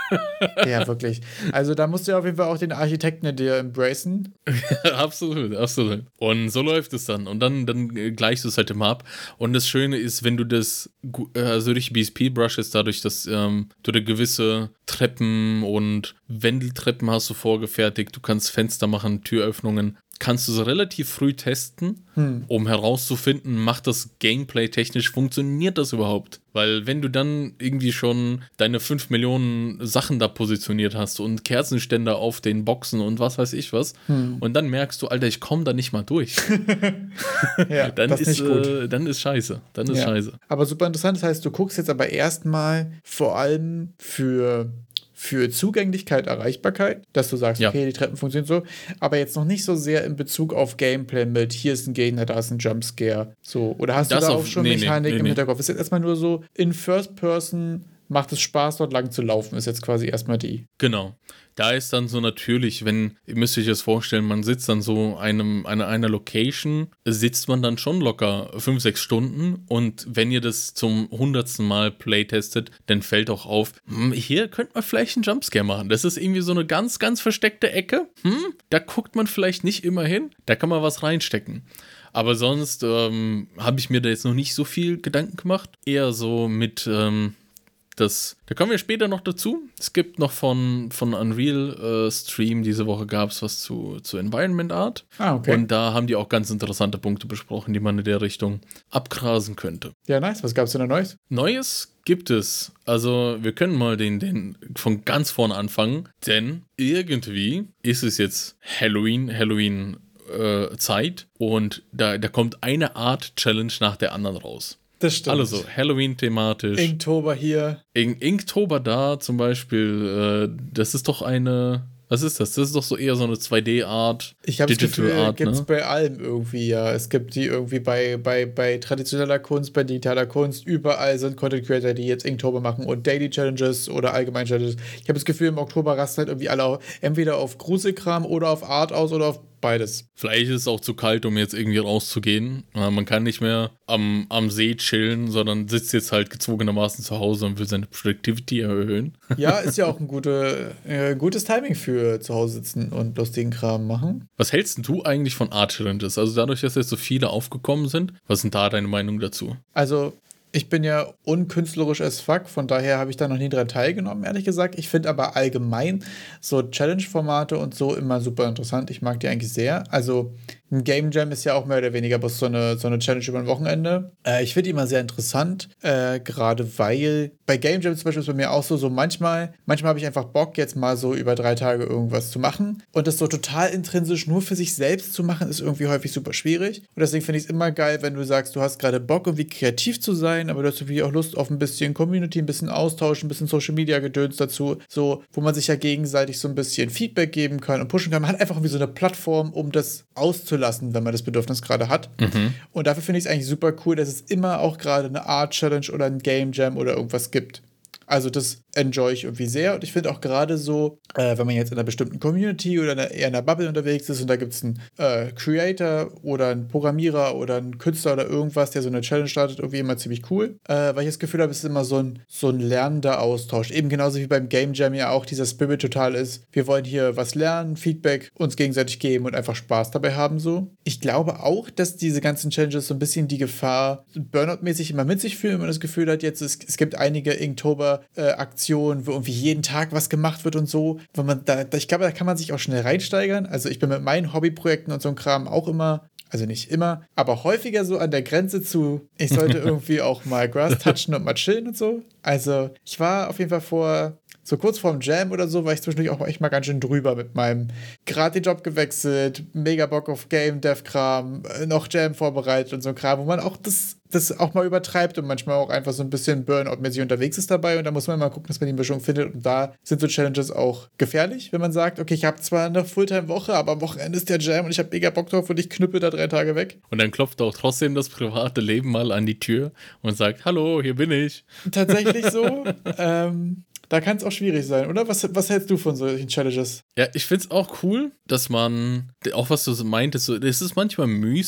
Ja, wirklich. Also da musst du ja auf jeden Fall auch den Architekten in dir embracen. Absolut, absolut. Und so läuft es dann. Und dann, dann gleichst du es halt immer ab. Und das Schöne ist, wenn du das, gu- also durch B S P-Brushes, dadurch, dass ähm, du da gewisse Treppen und Wendeltreppen hast du vorgefertigt, du kannst Fenster machen, Türöffnungen, kannst du so relativ früh testen, hm. um herauszufinden, macht das Gameplay technisch, funktioniert das überhaupt? Weil wenn du dann irgendwie schon deine fünf Millionen Sachen da positioniert hast und Kerzenständer auf den Boxen und was weiß ich was, hm. und dann merkst du, Alter, ich komme da nicht mal durch. ja, dann, das ist, nicht gut. Äh, dann ist scheiße. Dann ist ja. scheiße. Aber super interessant, das heißt, du guckst jetzt aber erstmal vor allem für... für Zugänglichkeit, Erreichbarkeit, dass du sagst, ja. okay, die Treppen funktionieren so, aber jetzt noch nicht so sehr in Bezug auf Gameplay mit, hier ist ein Gegner, da ist ein Jumpscare, so. Oder hast das du da auf, auch schon nee, Mechanik nee, nee, im Hinterkopf? Ist jetzt erstmal nur so, in First Person macht es Spaß, dort lang zu laufen, ist jetzt quasi erstmal die. Genau. Da ist dann so natürlich, wenn, ihr müsst euch das vorstellen, man sitzt dann so einem, einer, einer Location, sitzt man dann schon locker fünf, sechs Stunden und wenn ihr das zum hundertsten Mal playtestet, dann fällt auch auf, hm, hier könnte man vielleicht einen Jumpscare machen. Das ist irgendwie so eine ganz, ganz versteckte Ecke. Hm, da guckt man vielleicht nicht immer hin, da kann man was reinstecken. Aber sonst ähm, habe ich mir da jetzt noch nicht so viel Gedanken gemacht. Eher so mit... Ähm, Das, da kommen wir später noch dazu. Es gibt noch von, von Unreal äh, Stream, diese Woche gab es was zu, zu Environment Art. Ah, okay. Und da haben die auch ganz interessante Punkte besprochen, die man in der Richtung abgrasen könnte. Ja, nice. Was gab es denn da Neues? Neues gibt es. Also wir können mal den, den von ganz vorne anfangen, denn irgendwie ist es jetzt Halloween, Halloween äh, Zeit und da, da kommt eine Art Challenge nach der anderen raus. Das stimmt. Alles so Halloween-thematisch. Inktober hier. In, Inktober da zum Beispiel, äh, das ist doch eine, was ist das? Das ist doch so eher so eine zwei D-Art. Ich habe das Gefühl, gibt es ne? bei allem irgendwie, ja. Es gibt die irgendwie bei, bei, bei traditioneller Kunst, bei digitaler Kunst, überall sind Content Creator, die jetzt Inktober machen und Daily Challenges oder allgemein Challenges. Ich habe das Gefühl, im Oktober rasten halt irgendwie alle entweder auf Gruselkram oder auf Art aus oder auf beides. Vielleicht ist es auch zu kalt, um jetzt irgendwie rauszugehen. Man kann nicht mehr am, am See chillen, sondern sitzt jetzt halt gezwungenermaßen zu Hause und will seine Productivity erhöhen. Ja, ist ja auch ein gute, äh, gutes Timing für zu Hause sitzen und lustigen Kram machen. Was hältst du eigentlich von Art Challenges? Also dadurch, dass jetzt so viele aufgekommen sind, was sind da deine Meinung dazu? Also ich bin ja unkünstlerisch as fuck, von daher habe ich da noch nie dran teilgenommen, ehrlich gesagt. Ich finde aber allgemein so Challenge-Formate und so immer super interessant. Ich mag die eigentlich sehr. Also ein Game Jam ist ja auch mehr oder weniger bloß so eine, so eine Challenge über ein Wochenende. Äh, ich finde die immer sehr interessant, äh, gerade weil bei Game Jam zum Beispiel ist bei mir auch so, so manchmal, manchmal habe ich einfach Bock, jetzt mal so über drei Tage irgendwas zu machen. Und das so total intrinsisch nur für sich selbst zu machen, ist irgendwie häufig super schwierig. Und deswegen finde ich es immer geil, wenn du sagst, du hast gerade Bock, irgendwie kreativ zu sein, aber du hast irgendwie auch Lust auf ein bisschen Community, ein bisschen Austausch, ein bisschen Social Media Gedöns dazu, so, wo man sich ja gegenseitig so ein bisschen Feedback geben kann und pushen kann. Man hat einfach irgendwie so eine Plattform, um das auszulassen, wenn man das Bedürfnis gerade hat. Mhm. Und dafür finde ich es eigentlich super cool, dass es immer auch gerade eine Art Challenge oder ein Game Jam oder irgendwas gibt. Also das enjoy ich irgendwie sehr und ich finde auch gerade so, äh, wenn man jetzt in einer bestimmten Community oder in einer, eher in einer Bubble unterwegs ist und da gibt es einen äh, Creator oder einen Programmierer oder einen Künstler oder irgendwas, der so eine Challenge startet, irgendwie immer ziemlich cool, äh, weil ich das Gefühl habe, es ist immer so ein, so ein lernender Austausch. Eben genauso wie beim Game Jam ja auch dieser Spirit total ist. Wir wollen hier was lernen, Feedback uns gegenseitig geben und einfach Spaß dabei haben so. Ich glaube auch, dass diese ganzen Challenges so ein bisschen die Gefahr Burnout-mäßig immer mit sich fühlen, wenn man das Gefühl hat, jetzt es, es gibt einige Inktober-Aktionen, wo irgendwie jeden Tag was gemacht wird und so. Wenn man da, ich glaube, da kann man sich auch schnell reinsteigern. Also ich bin mit meinen Hobbyprojekten und so einem Kram auch immer, also nicht immer, aber häufiger so an der Grenze zu, ich sollte irgendwie auch mal Grass touchen und mal chillen und so. Also ich war auf jeden Fall vor, so kurz vorm Jam oder so, war ich zwischendurch auch echt mal ganz schön drüber mit meinem, gerade den Job gewechselt, mega Bock auf Game-Dev-Kram, noch Jam vorbereitet und so ein Kram, wo man auch das, das auch mal übertreibt und manchmal auch einfach so ein bisschen Burnout-mäßig unterwegs ist dabei und da muss man mal gucken, dass man die Mischung findet und da sind so Challenges auch gefährlich, wenn man sagt, okay, ich habe zwar eine Fulltime-Woche, aber am Wochenende ist der Jam und ich habe mega Bock drauf und ich knüppel da drei Tage weg. Und dann klopft auch trotzdem das private Leben mal an die Tür und sagt, hallo, hier bin ich. Tatsächlich so, ähm, da kann es auch schwierig sein, oder? Was, was hältst du von solchen Challenges? Ja, ich finde es auch cool, dass man, auch was du meintest, so, es ist manchmal müßig,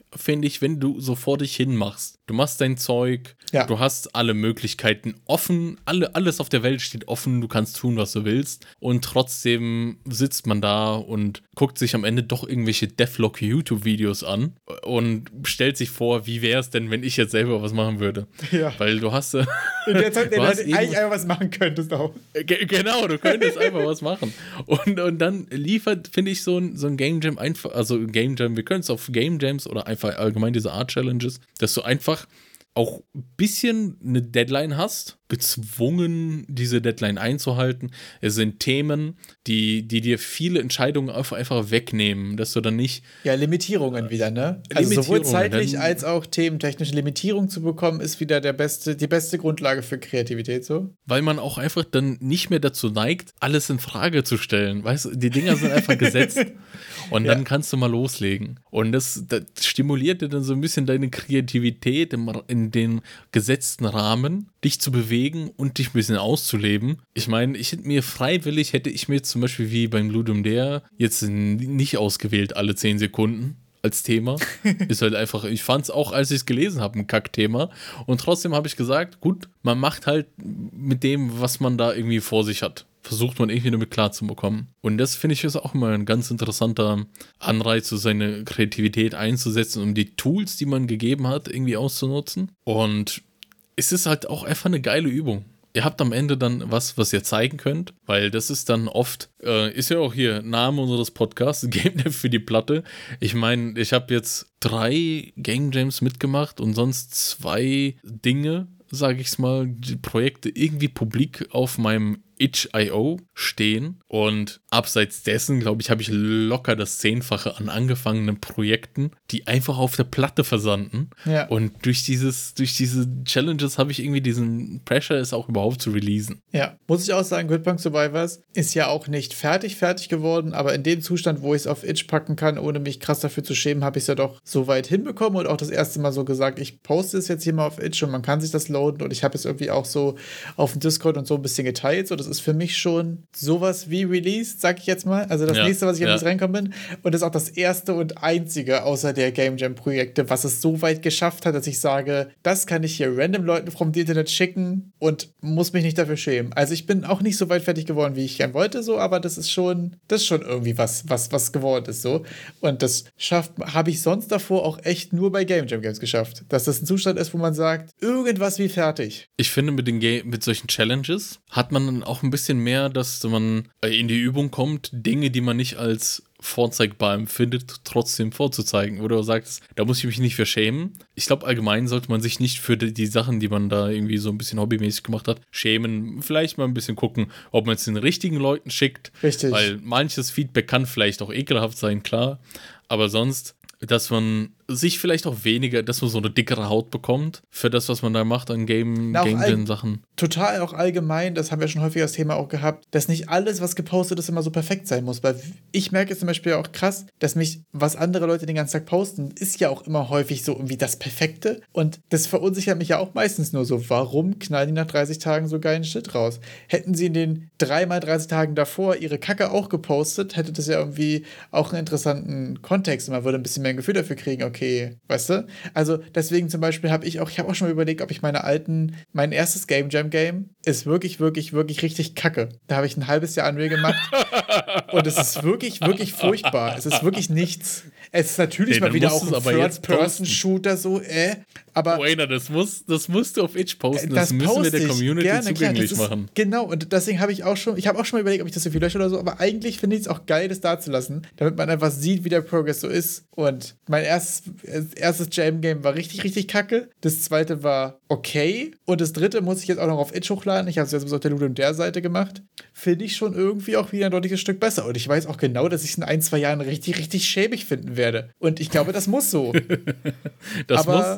finde ich, wenn du so vor dich hin machst. Du machst dein Zeug, Ja. du hast alle Möglichkeiten offen, alle, alles auf der Welt steht offen, du kannst tun, was du willst. Und trotzdem sitzt man da und guckt sich am Ende doch irgendwelche Devlog-YouTube-Videos an und stellt sich vor, wie wäre es denn, wenn ich jetzt selber was machen würde. Ja. Weil du hast... äh, In der Zeit, in du der hast du eigentlich einfach was machen könntest auch. Ge- Genau, du könntest einfach was machen. Und, und dann liefert, finde ich, so ein, so ein Game Jam einfach, also ein Game Jam, wir können es auf Game Jams oder einfach allgemein diese Art Challenges, dass du einfach auch ein bisschen eine Deadline hast, gezwungen, diese Deadline einzuhalten. Es sind Themen, die, die dir viele Entscheidungen einfach, einfach wegnehmen, dass du dann nicht... Ja, Limitierungen wieder, ne? Also sowohl Limitierungen, zeitlich dann- als auch thementechnische Limitierung zu bekommen, ist wieder der beste, die beste Grundlage für Kreativität, so. Weil man auch einfach dann nicht mehr dazu neigt, alles in Frage zu stellen. Weißt du, die Dinger sind einfach gesetzt. Und dann Ja. kannst du mal loslegen. Und das, das stimuliert dir dann so ein bisschen deine Kreativität im, in den gesetzten Rahmen, dich zu bewegen und dich ein bisschen auszuleben. Ich meine, ich hätte mir freiwillig, hätte ich mir zum Beispiel wie beim Ludum Dare jetzt n- nicht ausgewählt alle zehn Sekunden als Thema. Ist halt einfach, ich fand es auch, als ich es gelesen habe, ein Kackthema. Und trotzdem habe ich gesagt, gut, man macht halt mit dem, was man da irgendwie vor sich hat. Versucht man irgendwie damit klarzubekommen. Und das finde ich ist auch immer ein ganz interessanter Anreiz, so seine Kreativität einzusetzen, um die Tools, die man gegeben hat, irgendwie auszunutzen. Und es ist halt auch einfach eine geile Übung. Ihr habt am Ende dann was, was ihr zeigen könnt, weil das ist dann oft, äh, ist ja auch hier Name unseres Podcasts, Game Jam für die Platte. Ich meine, ich habe jetzt drei Game Jams mitgemacht und sonst zwei Dinge, sage ich es mal, die Projekte irgendwie publik auf meinem itch Punkt i o stehen. Und abseits dessen, glaube ich, habe ich locker das Zehnfache an angefangenen Projekten, die einfach auf der Platte versanden. Ja. Und durch dieses, durch diese Challenges habe ich irgendwie diesen Pressure, es auch überhaupt zu releasen. Ja, muss ich auch sagen, Good Punk Survivors ist ja auch nicht fertig, fertig geworden, aber in dem Zustand, wo ich es auf Itch packen kann, ohne mich krass dafür zu schämen, habe ich es ja doch so weit hinbekommen und auch das erste Mal so gesagt, ich poste es jetzt hier mal auf Itch und man kann sich das loaden und ich habe es irgendwie auch so auf dem Discord und so ein bisschen geteilt, so das ist für mich schon sowas wie Released, sag ich jetzt mal, also das Ja, nächste, was ich ja. an das reinkommen bin und das ist auch das erste und einzige außer der Game Jam Projekte, was es so weit geschafft hat, dass ich sage, das kann ich hier random Leuten vom Internet schicken und muss mich nicht dafür schämen. Also ich bin auch nicht so weit fertig geworden, wie ich gern wollte, so, aber das ist schon, das ist schon irgendwie was, was, was geworden ist, so. Und das schafft, habe ich sonst davor auch echt nur bei Game Jam Games geschafft. Dass das ein Zustand ist, wo man sagt, irgendwas wie fertig. Ich finde, mit, den Ga- mit solchen Challenges hat man dann auch ein bisschen mehr, dass man in die Übung kommt, Dinge, die man nicht als vorzeigbar empfindet, trotzdem vorzuzeigen. Oder du sagst, da muss ich mich nicht für schämen. Ich glaube, allgemein sollte man sich nicht für die, die Sachen, die man da irgendwie so ein bisschen hobbymäßig gemacht hat, schämen. Vielleicht mal ein bisschen gucken, ob man es den richtigen Leuten schickt. Richtig. Weil manches Feedback kann vielleicht auch ekelhaft sein, klar. Aber sonst, dass man sich vielleicht auch weniger, dass man so eine dickere Haut bekommt für das, was man da macht an Game, Na, auch Game all- Jam Sachen. Total auch allgemein, das haben wir schon häufiger das Thema auch gehabt, dass nicht alles, was gepostet ist, immer so perfekt sein muss. Weil ich merke jetzt zum Beispiel auch krass, dass mich, was andere Leute den ganzen Tag posten, ist ja auch immer häufig so irgendwie das Perfekte. Und das verunsichert mich ja auch meistens nur so. Warum knallen die nach dreißig Tagen so geilen Shit raus? Hätten sie in den dreimal dreißig Tagen davor ihre Kacke auch gepostet, hätte das ja irgendwie auch einen interessanten Kontext und man würde ein bisschen mehr ein Gefühl dafür kriegen, okay, weißt du? Also deswegen zum Beispiel habe ich auch, ich habe auch schon mal überlegt, ob ich meine alten, mein erstes Game Jam Game ist wirklich, wirklich, wirklich richtig kacke. Da habe ich ein halbes Jahr an mir gemacht und es ist wirklich, wirklich furchtbar. Es ist wirklich nichts. Es ist natürlich Nee, mal dann wieder musst auch du's ein aber jetzt First-Person-Shooter so, äh, aber Wayner, das, muss, das musst du auf Itch posten. Das, das müssen wir poste der ich. Community Gerne, klar, zugänglich das ist, machen. Genau, und deswegen habe ich auch schon, ich habe auch schon mal überlegt, ob ich das so viel lösche oder so, aber eigentlich finde ich es auch geil, das da zu lassen, damit man einfach sieht, wie der Progress so ist. Und mein erstes, erstes Jam-Game war richtig, richtig kacke. Das zweite war okay. Und das dritte muss ich jetzt auch noch auf Itch hochladen. Ich habe es jetzt bis auf der Ludum Dare Seite gemacht. Finde ich schon irgendwie auch wieder ein deutliches Stück besser. Und ich weiß auch genau, dass ich es in ein, zwei Jahren richtig, richtig schäbig finden werde. Und ich glaube, das muss so. Das aber muss. das ist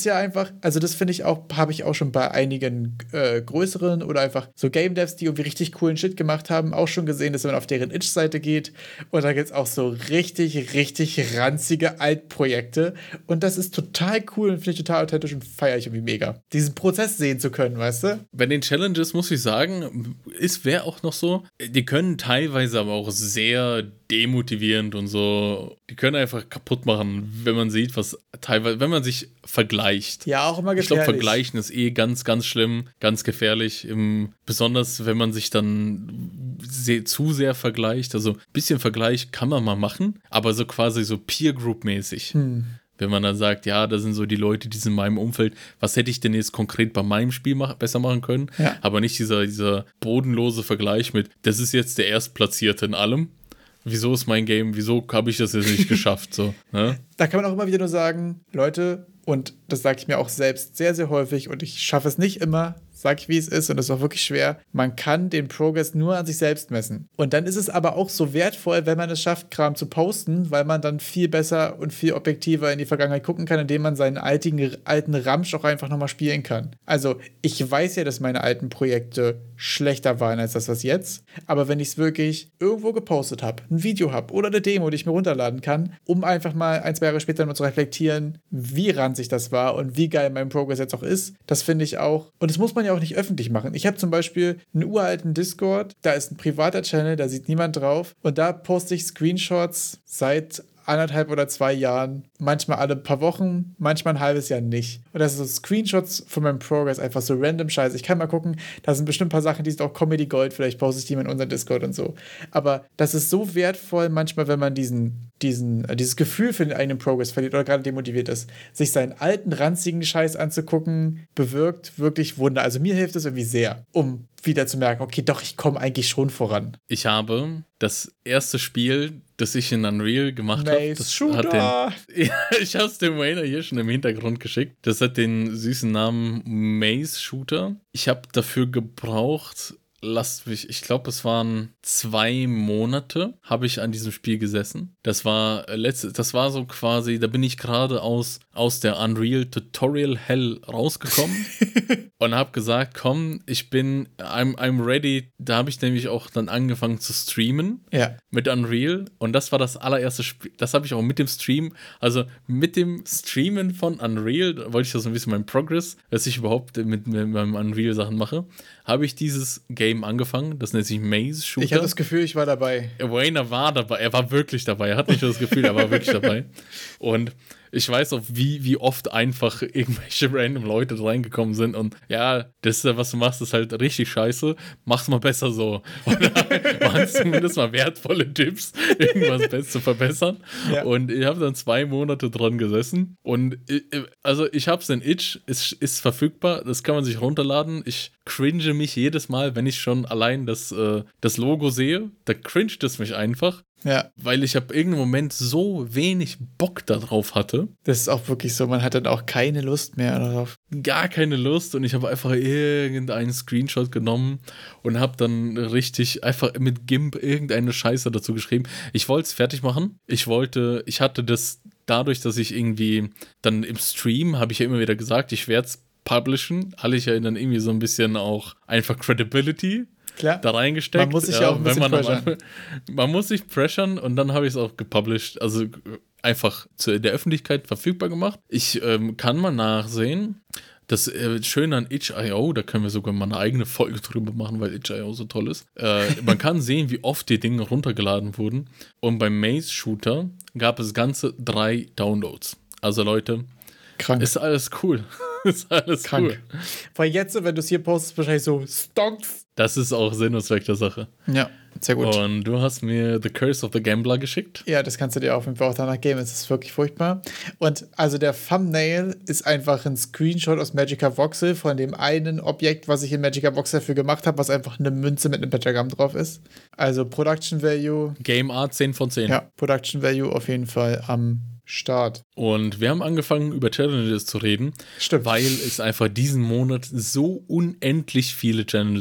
ja einfach, also das finde ich auch, habe ich auch schon bei einigen äh, größeren oder einfach so Game Devs, die irgendwie richtig coolen Shit gemacht haben, auch schon gesehen, dass wenn man auf deren Itch-Seite geht und da gibt es auch so richtig, richtig ranzige Altprojekte und das ist total cool und finde ich total authentisch und feiere ich irgendwie mega. Diesen Prozess sehen zu können, weißt du? Bei den Challenges muss ich sagen, ist wäre auch noch so, die können teilweise aber auch sehr demotivierend und so, die können einfach kaputt machen, wenn man sieht, was teilweise, wenn man sich vergleicht. Ja, auch immer gefährlich. Ich glaube, vergleichen ist eh ganz, ganz schlimm, ganz gefährlich, im, besonders wenn man sich dann sehr, zu sehr vergleicht, also ein bisschen Vergleich kann man mal machen, aber so quasi so Peer-Group-mäßig. Hm. Wenn man dann sagt, ja, das sind so die Leute, die sind in meinem Umfeld, was hätte ich denn jetzt konkret bei meinem Spiel mach, besser machen können? Ja. Aber nicht dieser, dieser bodenlose Vergleich mit, das ist jetzt der Erstplatzierte in allem. Wieso ist mein Game, wieso habe ich das jetzt nicht geschafft? So, ne? Da kann man auch immer wieder nur sagen, Leute, und das sage ich mir auch selbst sehr, sehr häufig und ich schaffe es nicht immer, sag ich, wie es ist und das ist auch wirklich schwer. Man kann den Progress nur an sich selbst messen. Und dann ist es aber auch so wertvoll, wenn man es schafft, Kram zu posten, weil man dann viel besser und viel objektiver in die Vergangenheit gucken kann, indem man seinen alten, alten Ramsch auch einfach nochmal spielen kann. Also ich weiß ja, dass meine alten Projekte schlechter waren als das, was jetzt. Aber wenn ich es wirklich irgendwo gepostet habe, ein Video habe oder eine Demo, die ich mir runterladen kann, um einfach mal ein, zwei Jahre später mal zu reflektieren, wie ranzig das war und wie geil mein Progress jetzt auch ist, das finde ich auch. Und das muss man ja auch nicht öffentlich machen. Ich habe zum Beispiel einen uralten Discord, da ist ein privater Channel, da sieht niemand drauf und da poste ich Screenshots seit anderthalb oder zwei Jahren, manchmal alle paar Wochen, manchmal ein halbes Jahr nicht. Und das sind so Screenshots von meinem Progress, einfach so random Scheiße. Ich kann mal gucken, da sind bestimmt ein paar Sachen, die sind auch Comedy Gold, vielleicht poste ich die mal in unseren Discord und so. Aber das ist so wertvoll manchmal, wenn man diesen, diesen, dieses Gefühl für den eigenen Progress verliert oder gerade demotiviert ist, sich seinen alten, ranzigen Scheiß anzugucken, bewirkt wirklich Wunder. Also mir hilft es irgendwie sehr, um wieder zu merken, okay, doch, ich komme eigentlich schon voran. Ich habe das erste Spiel, das ich in Unreal gemacht habe, das Shooter. hat den, ja, ich habe es dem Wayner hier schon im Hintergrund geschickt. Das hat den süßen Namen Maze Shooter. Ich habe dafür gebraucht, lasst mich, ich glaube, es waren zwei Monate, habe ich an diesem Spiel gesessen. Das war letzte, das war so quasi, da bin ich gerade aus, aus der Unreal Tutorial Hell rausgekommen und habe gesagt, komm, ich bin, I'm, I'm ready. Da habe ich nämlich auch dann angefangen zu streamen ja. mit Unreal und das war das allererste Spiel, das habe ich auch mit dem Stream, also mit dem Streamen von Unreal, da wollte ich das so ein bisschen mein Progress, dass ich überhaupt mit, mit meinem Unreal Sachen mache, habe ich dieses Game angefangen, das nennt sich Maze Shooter. Ich habe das Gefühl, ich war dabei. Wayner war dabei, er war wirklich dabei, er hat nicht nur das Gefühl, er war wirklich dabei. Und ich weiß auch, wie, wie oft einfach irgendwelche random Leute reingekommen sind und ja, das, was du machst, ist halt richtig scheiße, mach's mal besser so. Und da waren zumindest mal wertvolle Tipps, irgendwas besser zu verbessern. Ja. Und ich habe dann zwei Monate dran gesessen und ich, also ich hab's in Itch, es ist verfügbar, das kann man sich runterladen. Ich cringe mich jedes Mal, wenn ich schon allein das, äh, das Logo sehe, da cringet es mich einfach. Ja. Weil ich ab irgendeinem Moment so wenig Bock darauf hatte. Das ist auch wirklich so, man hat dann auch keine Lust mehr darauf. Gar keine Lust und ich habe einfach irgendeinen Screenshot genommen und habe dann richtig einfach mit GIMP irgendeine Scheiße dazu geschrieben. Ich wollte es fertig machen. Ich wollte, ich hatte das dadurch, dass ich irgendwie dann im Stream, habe ich ja immer wieder gesagt, ich werde es publishen. Alle ich ja dann irgendwie so ein bisschen auch einfach Credibility Klar. da reingesteckt. Man muss sich ja, ja auch ein bisschen man, pressern. man muss sich pressern und dann habe ich es auch gepublished, also einfach zu der Öffentlichkeit verfügbar gemacht. Ich ähm, kann mal nachsehen, das äh, Schöne an itch punkt io, da können wir sogar mal eine eigene Folge drüber machen, weil itch punkt io so toll ist. Äh, man kann sehen, wie oft die Dinge runtergeladen wurden und beim Maze Shooter gab es ganze drei Downloads. Also Leute, krank. Ist alles cool. Ist alles krank. Cool. Weil jetzt, wenn du es hier postest, wahrscheinlich so Stonks. Das ist auch Sinn und Zweck der Sache. Ja, sehr gut. Und du hast mir The Curse of the Gambler geschickt. Ja, das kannst du dir auf jeden Fall auch danach geben. Es ist wirklich furchtbar. Und also der Thumbnail ist einfach ein Screenshot aus Magicka Voxel von dem einen Objekt, was ich in Magicka Voxel dafür gemacht habe, was einfach eine Münze mit einem Pentagramm drauf ist. Also Production Value. Game Art zehn von zehn. Ja, Production Value auf jeden Fall am Start. Und wir haben angefangen, über Challenges zu reden. Stimmt. Weil es einfach diesen Monat so unendlich viele Challenges gibt.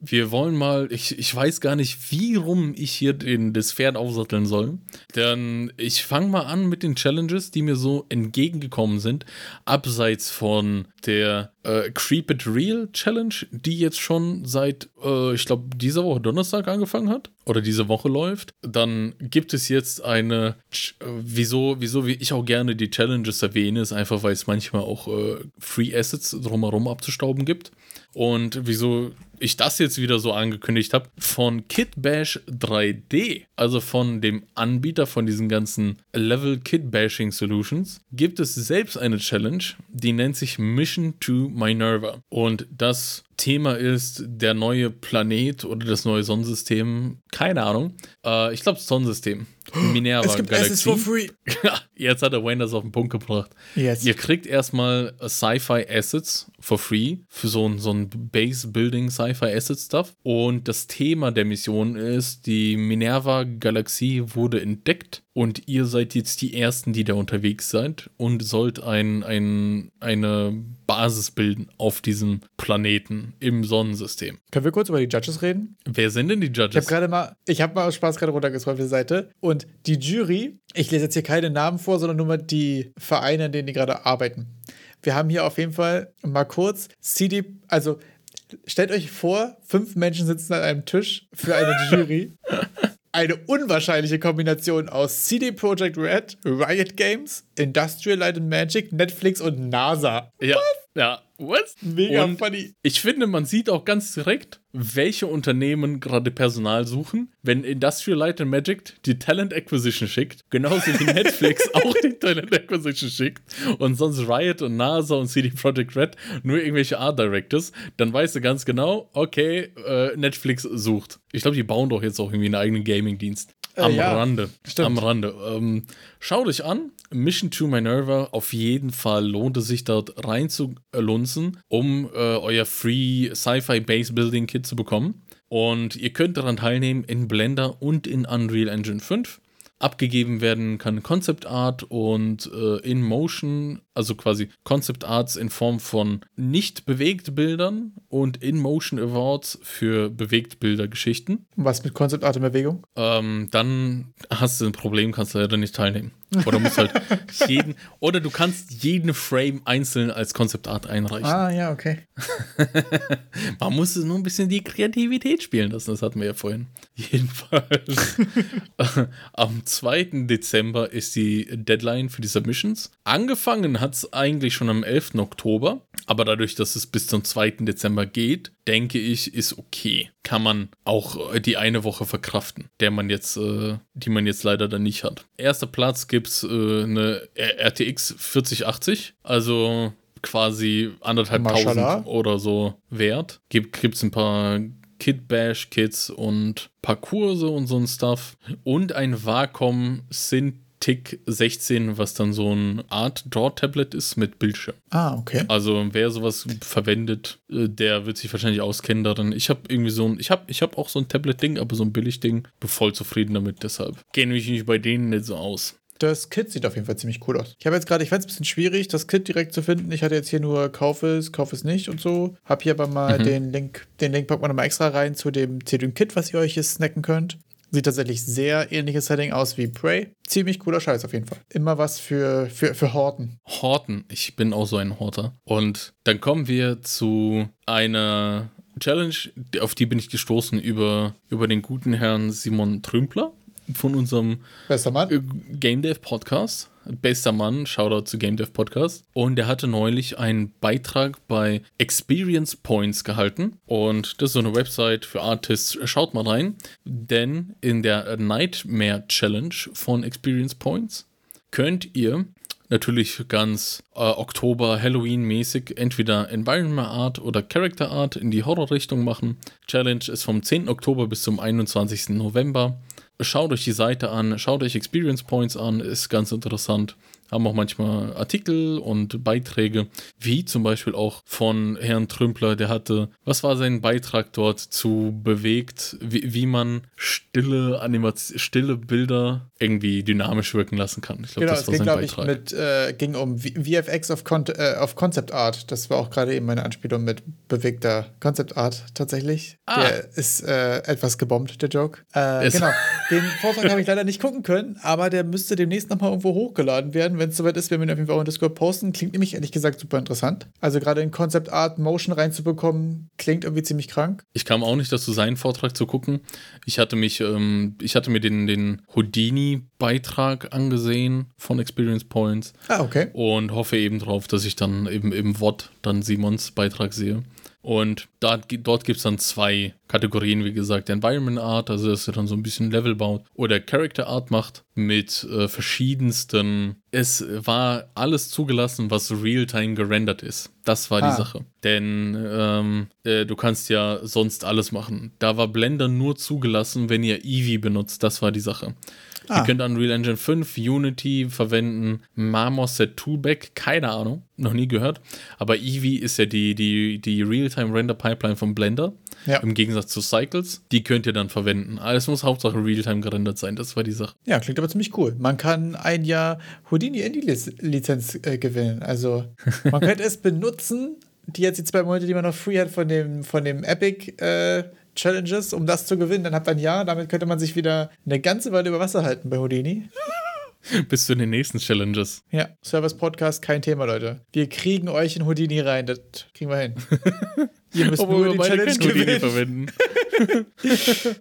wir wollen mal, ich, ich weiß gar nicht, wie rum ich hier den, das Pferd aufsatteln soll. Denn ich fange mal an mit den Challenges, die mir so entgegengekommen sind, abseits von der äh, Creep It Real Challenge, die jetzt schon seit, äh, ich glaube, dieser Woche Donnerstag angefangen hat oder diese Woche läuft. Dann gibt es jetzt eine, äh, wieso, wieso wie ich auch gerne die Challenges erwähne, ist einfach, weil es manchmal auch äh, Free Assets drumherum abzustauben gibt. Und wieso ich das jetzt wieder so angekündigt habe, von Kitbash drei D, also von dem Anbieter von diesen ganzen Level Kitbashing Solutions, gibt es selbst eine Challenge, die nennt sich Mission to Minerva. Und das Thema ist der neue Planet oder das neue Sonnensystem, keine Ahnung. Äh, ich glaube, das Sonnensystem. Minerva es gibt Galaxie. Assets for free. Jetzt hat der Wayne das auf den Punkt gebracht. Yes. Ihr kriegt erstmal Sci-Fi Assets for free für so ein, so ein Base-Building Sci-Fi Asset Stuff. Und das Thema der Mission ist, die Minerva Galaxie wurde entdeckt und ihr seid jetzt die Ersten, die da unterwegs seid und sollt ein, ein, eine Basis bilden auf diesem Planeten im Sonnensystem. Können wir kurz über die Judges reden? Wer sind denn die Judges? Ich habe gerade mal, ich habe mal aus Spaß gerade runtergescrollt auf die Seite und die Jury, ich lese jetzt hier keine Namen vor, sondern nur mal die Vereine, in denen die gerade arbeiten. Wir haben hier auf jeden Fall mal kurz C D, also stellt euch vor, fünf Menschen sitzen an einem Tisch für eine Jury. Eine unwahrscheinliche Kombination aus C D Projekt Red, Riot Games, Industrial Light and Magic, Netflix und NASA. Ja, what? ja, what? Mega und funny. Ich finde, man sieht auch ganz direkt, welche Unternehmen gerade Personal suchen, wenn Industrial Light and Magic die Talent Acquisition schickt, genauso wie Netflix auch die Talent Acquisition schickt und sonst Riot und NASA und C D Projekt Red nur irgendwelche Art Directors, dann weißt du ganz genau, okay, äh, Netflix sucht. Ich glaube, die bauen doch jetzt auch irgendwie einen eigenen Gaming-Dienst. Am äh, ja, Rande. Stimmt. Am Rande. Ähm, schaut euch an. Mission to Minerva. Auf jeden Fall lohnt es sich, dort rein zu lunzen, um äh, euer Free Sci-Fi Base Building Kit zu bekommen. Und ihr könnt daran teilnehmen in Blender und in Unreal Engine fünf. Abgegeben werden kann Concept Art und äh, in Motion, also quasi Concept Arts in Form von nicht bewegt Bildern und in Motion Awards für bewegt Bilder-Geschichten. Was mit Concept Art in Bewegung? Ähm, dann hast du ein Problem, kannst leider nicht teilnehmen. Oder musst halt jeden, oder du kannst jeden Frame einzeln als Concept Art einreichen. Ah, ja, okay. Man muss nur ein bisschen die Kreativität spielen lassen, das hatten wir ja vorhin. Jedenfalls. Am zweiten Dezember ist die Deadline für die Submissions. Angefangen hat es eigentlich schon am elften Oktober, aber dadurch, dass es bis zum zweiten Dezember geht, denke ich, ist okay. Kann man auch die eine Woche verkraften, der man jetzt, äh, die man jetzt leider dann nicht hat. Erster Platz gibt's äh, eine R T X vierzig achtzig, also quasi anderthalb tausend oder so wert. Gibt gibt's ein paar Kit-Bash-Kits und paar Kurse und so ein Stuff. Und ein Wacom Cintiq sechzehn, was dann so ein Art Draw-Tablet ist mit Bildschirm. Ah, okay. Also wer sowas verwendet, der wird sich wahrscheinlich auskennen darin. Ich habe irgendwie so ein, ich habe ich hab auch so ein Tablet-Ding, aber so ein Billig-Ding. Bin voll zufrieden damit, deshalb kenne ich mich bei denen nicht so aus. Das Kit sieht auf jeden Fall ziemlich cool aus. Ich habe jetzt gerade, ich fand es ein bisschen schwierig, das Kit direkt zu finden. Ich hatte jetzt hier nur Kauf es, Kauf es nicht und so. Hab hier aber mal mhm. den Link, den Link packen wir nochmal extra rein zu dem, zu dem Kit, was ihr euch hier snacken könnt. Sieht tatsächlich sehr ähnliches Setting aus wie Prey. Ziemlich cooler Scheiß auf jeden Fall. Immer was für, für, für Horten. Horten. Ich bin auch so ein Horter. Und dann kommen wir zu einer Challenge, auf die bin ich gestoßen über, über den guten Herrn Simon Trümpler von unserem Bester Mann. Game Dev Podcast. Bester Mann, Shoutout zu Game Dev Podcast. Und der hatte neulich einen Beitrag bei Experience Points gehalten. Und das ist so eine Website für Artists. Schaut mal rein. Denn in der Nightmare Challenge von Experience Points könnt ihr natürlich ganz äh, Oktober-Halloween-mäßig entweder Environment Art oder Character Art in die Horror-Richtung machen. Challenge ist vom zehnten Oktober bis zum einundzwanzigsten November. Schaut euch die Seite an, schaut euch Experience Points an, ist ganz interessant. haben auch manchmal Artikel und Beiträge, wie zum Beispiel auch von Herrn Trümpler, der hatte, was war sein Beitrag dort zu bewegt, wie, wie man stille Animation, stille Bilder irgendwie dynamisch wirken lassen kann. Ich glaube, Genau, das es war ging, sein glaube ich, Beitrag. mit, äh, ging um V F X auf, Con äh, auf Concept Art. Das war auch gerade eben meine Anspielung mit bewegter Concept Art tatsächlich. Ah. Der ist äh, etwas gebombt, der Joke. Äh, Es- genau, den Vortrag habe ich leider nicht gucken können, aber der müsste demnächst nochmal irgendwo hochgeladen werden. Wenn es soweit ist, werden wir ihn auf jeden Fall auch in Discord posten. Klingt nämlich ehrlich gesagt super interessant. Also gerade in Concept Art Motion reinzubekommen, klingt irgendwie ziemlich krank. Ich kam auch nicht dazu, seinen Vortrag zu gucken. Ich hatte mich, ähm, ich hatte mir den, den Houdini-Beitrag angesehen von Experience Points Ah, okay. und hoffe eben drauf, dass ich dann eben im V O D dann Simons Beitrag sehe. Und da, dort gibt es dann zwei Kategorien, wie gesagt, Environment Art, also dass er dann so ein bisschen Level baut, oder Character Art macht mit äh, verschiedensten. Es war alles zugelassen, was real-time gerendert ist. Das war Ah. die Sache. Denn ähm, äh, du kannst ja sonst alles machen. Da war Blender nur zugelassen, wenn ihr Eevee benutzt. Das war die Sache. Ah. Ihr könnt Unreal Engine fünf, Unity verwenden, Marmoset Toolback, keine Ahnung, noch nie gehört. Aber Eevee ist ja die, die, die Realtime-Render-Pipeline von Blender, Ja. im Gegensatz zu Cycles. Die könnt ihr dann verwenden. Alles muss Hauptsache Realtime gerendert sein, das war die Sache. Ja, klingt aber ziemlich cool. Man kann ein Jahr Houdini Indie-Lizenz äh, gewinnen. Also man könnte es benutzen, die jetzt die zwei Monate, die man noch free hat von dem, von dem Epic äh, Challenges, um das zu gewinnen. Dann hat man ein Jahr, damit könnte man sich wieder eine ganze Weile über Wasser halten bei Houdini. Bis zu den nächsten Challenges. Ja, Service Podcast, kein Thema, Leute. Wir kriegen euch in Houdini rein, das kriegen wir hin. Ihr müsst Obwohl nur wir die beide Challenge kein Houdini gewinnen. verwenden.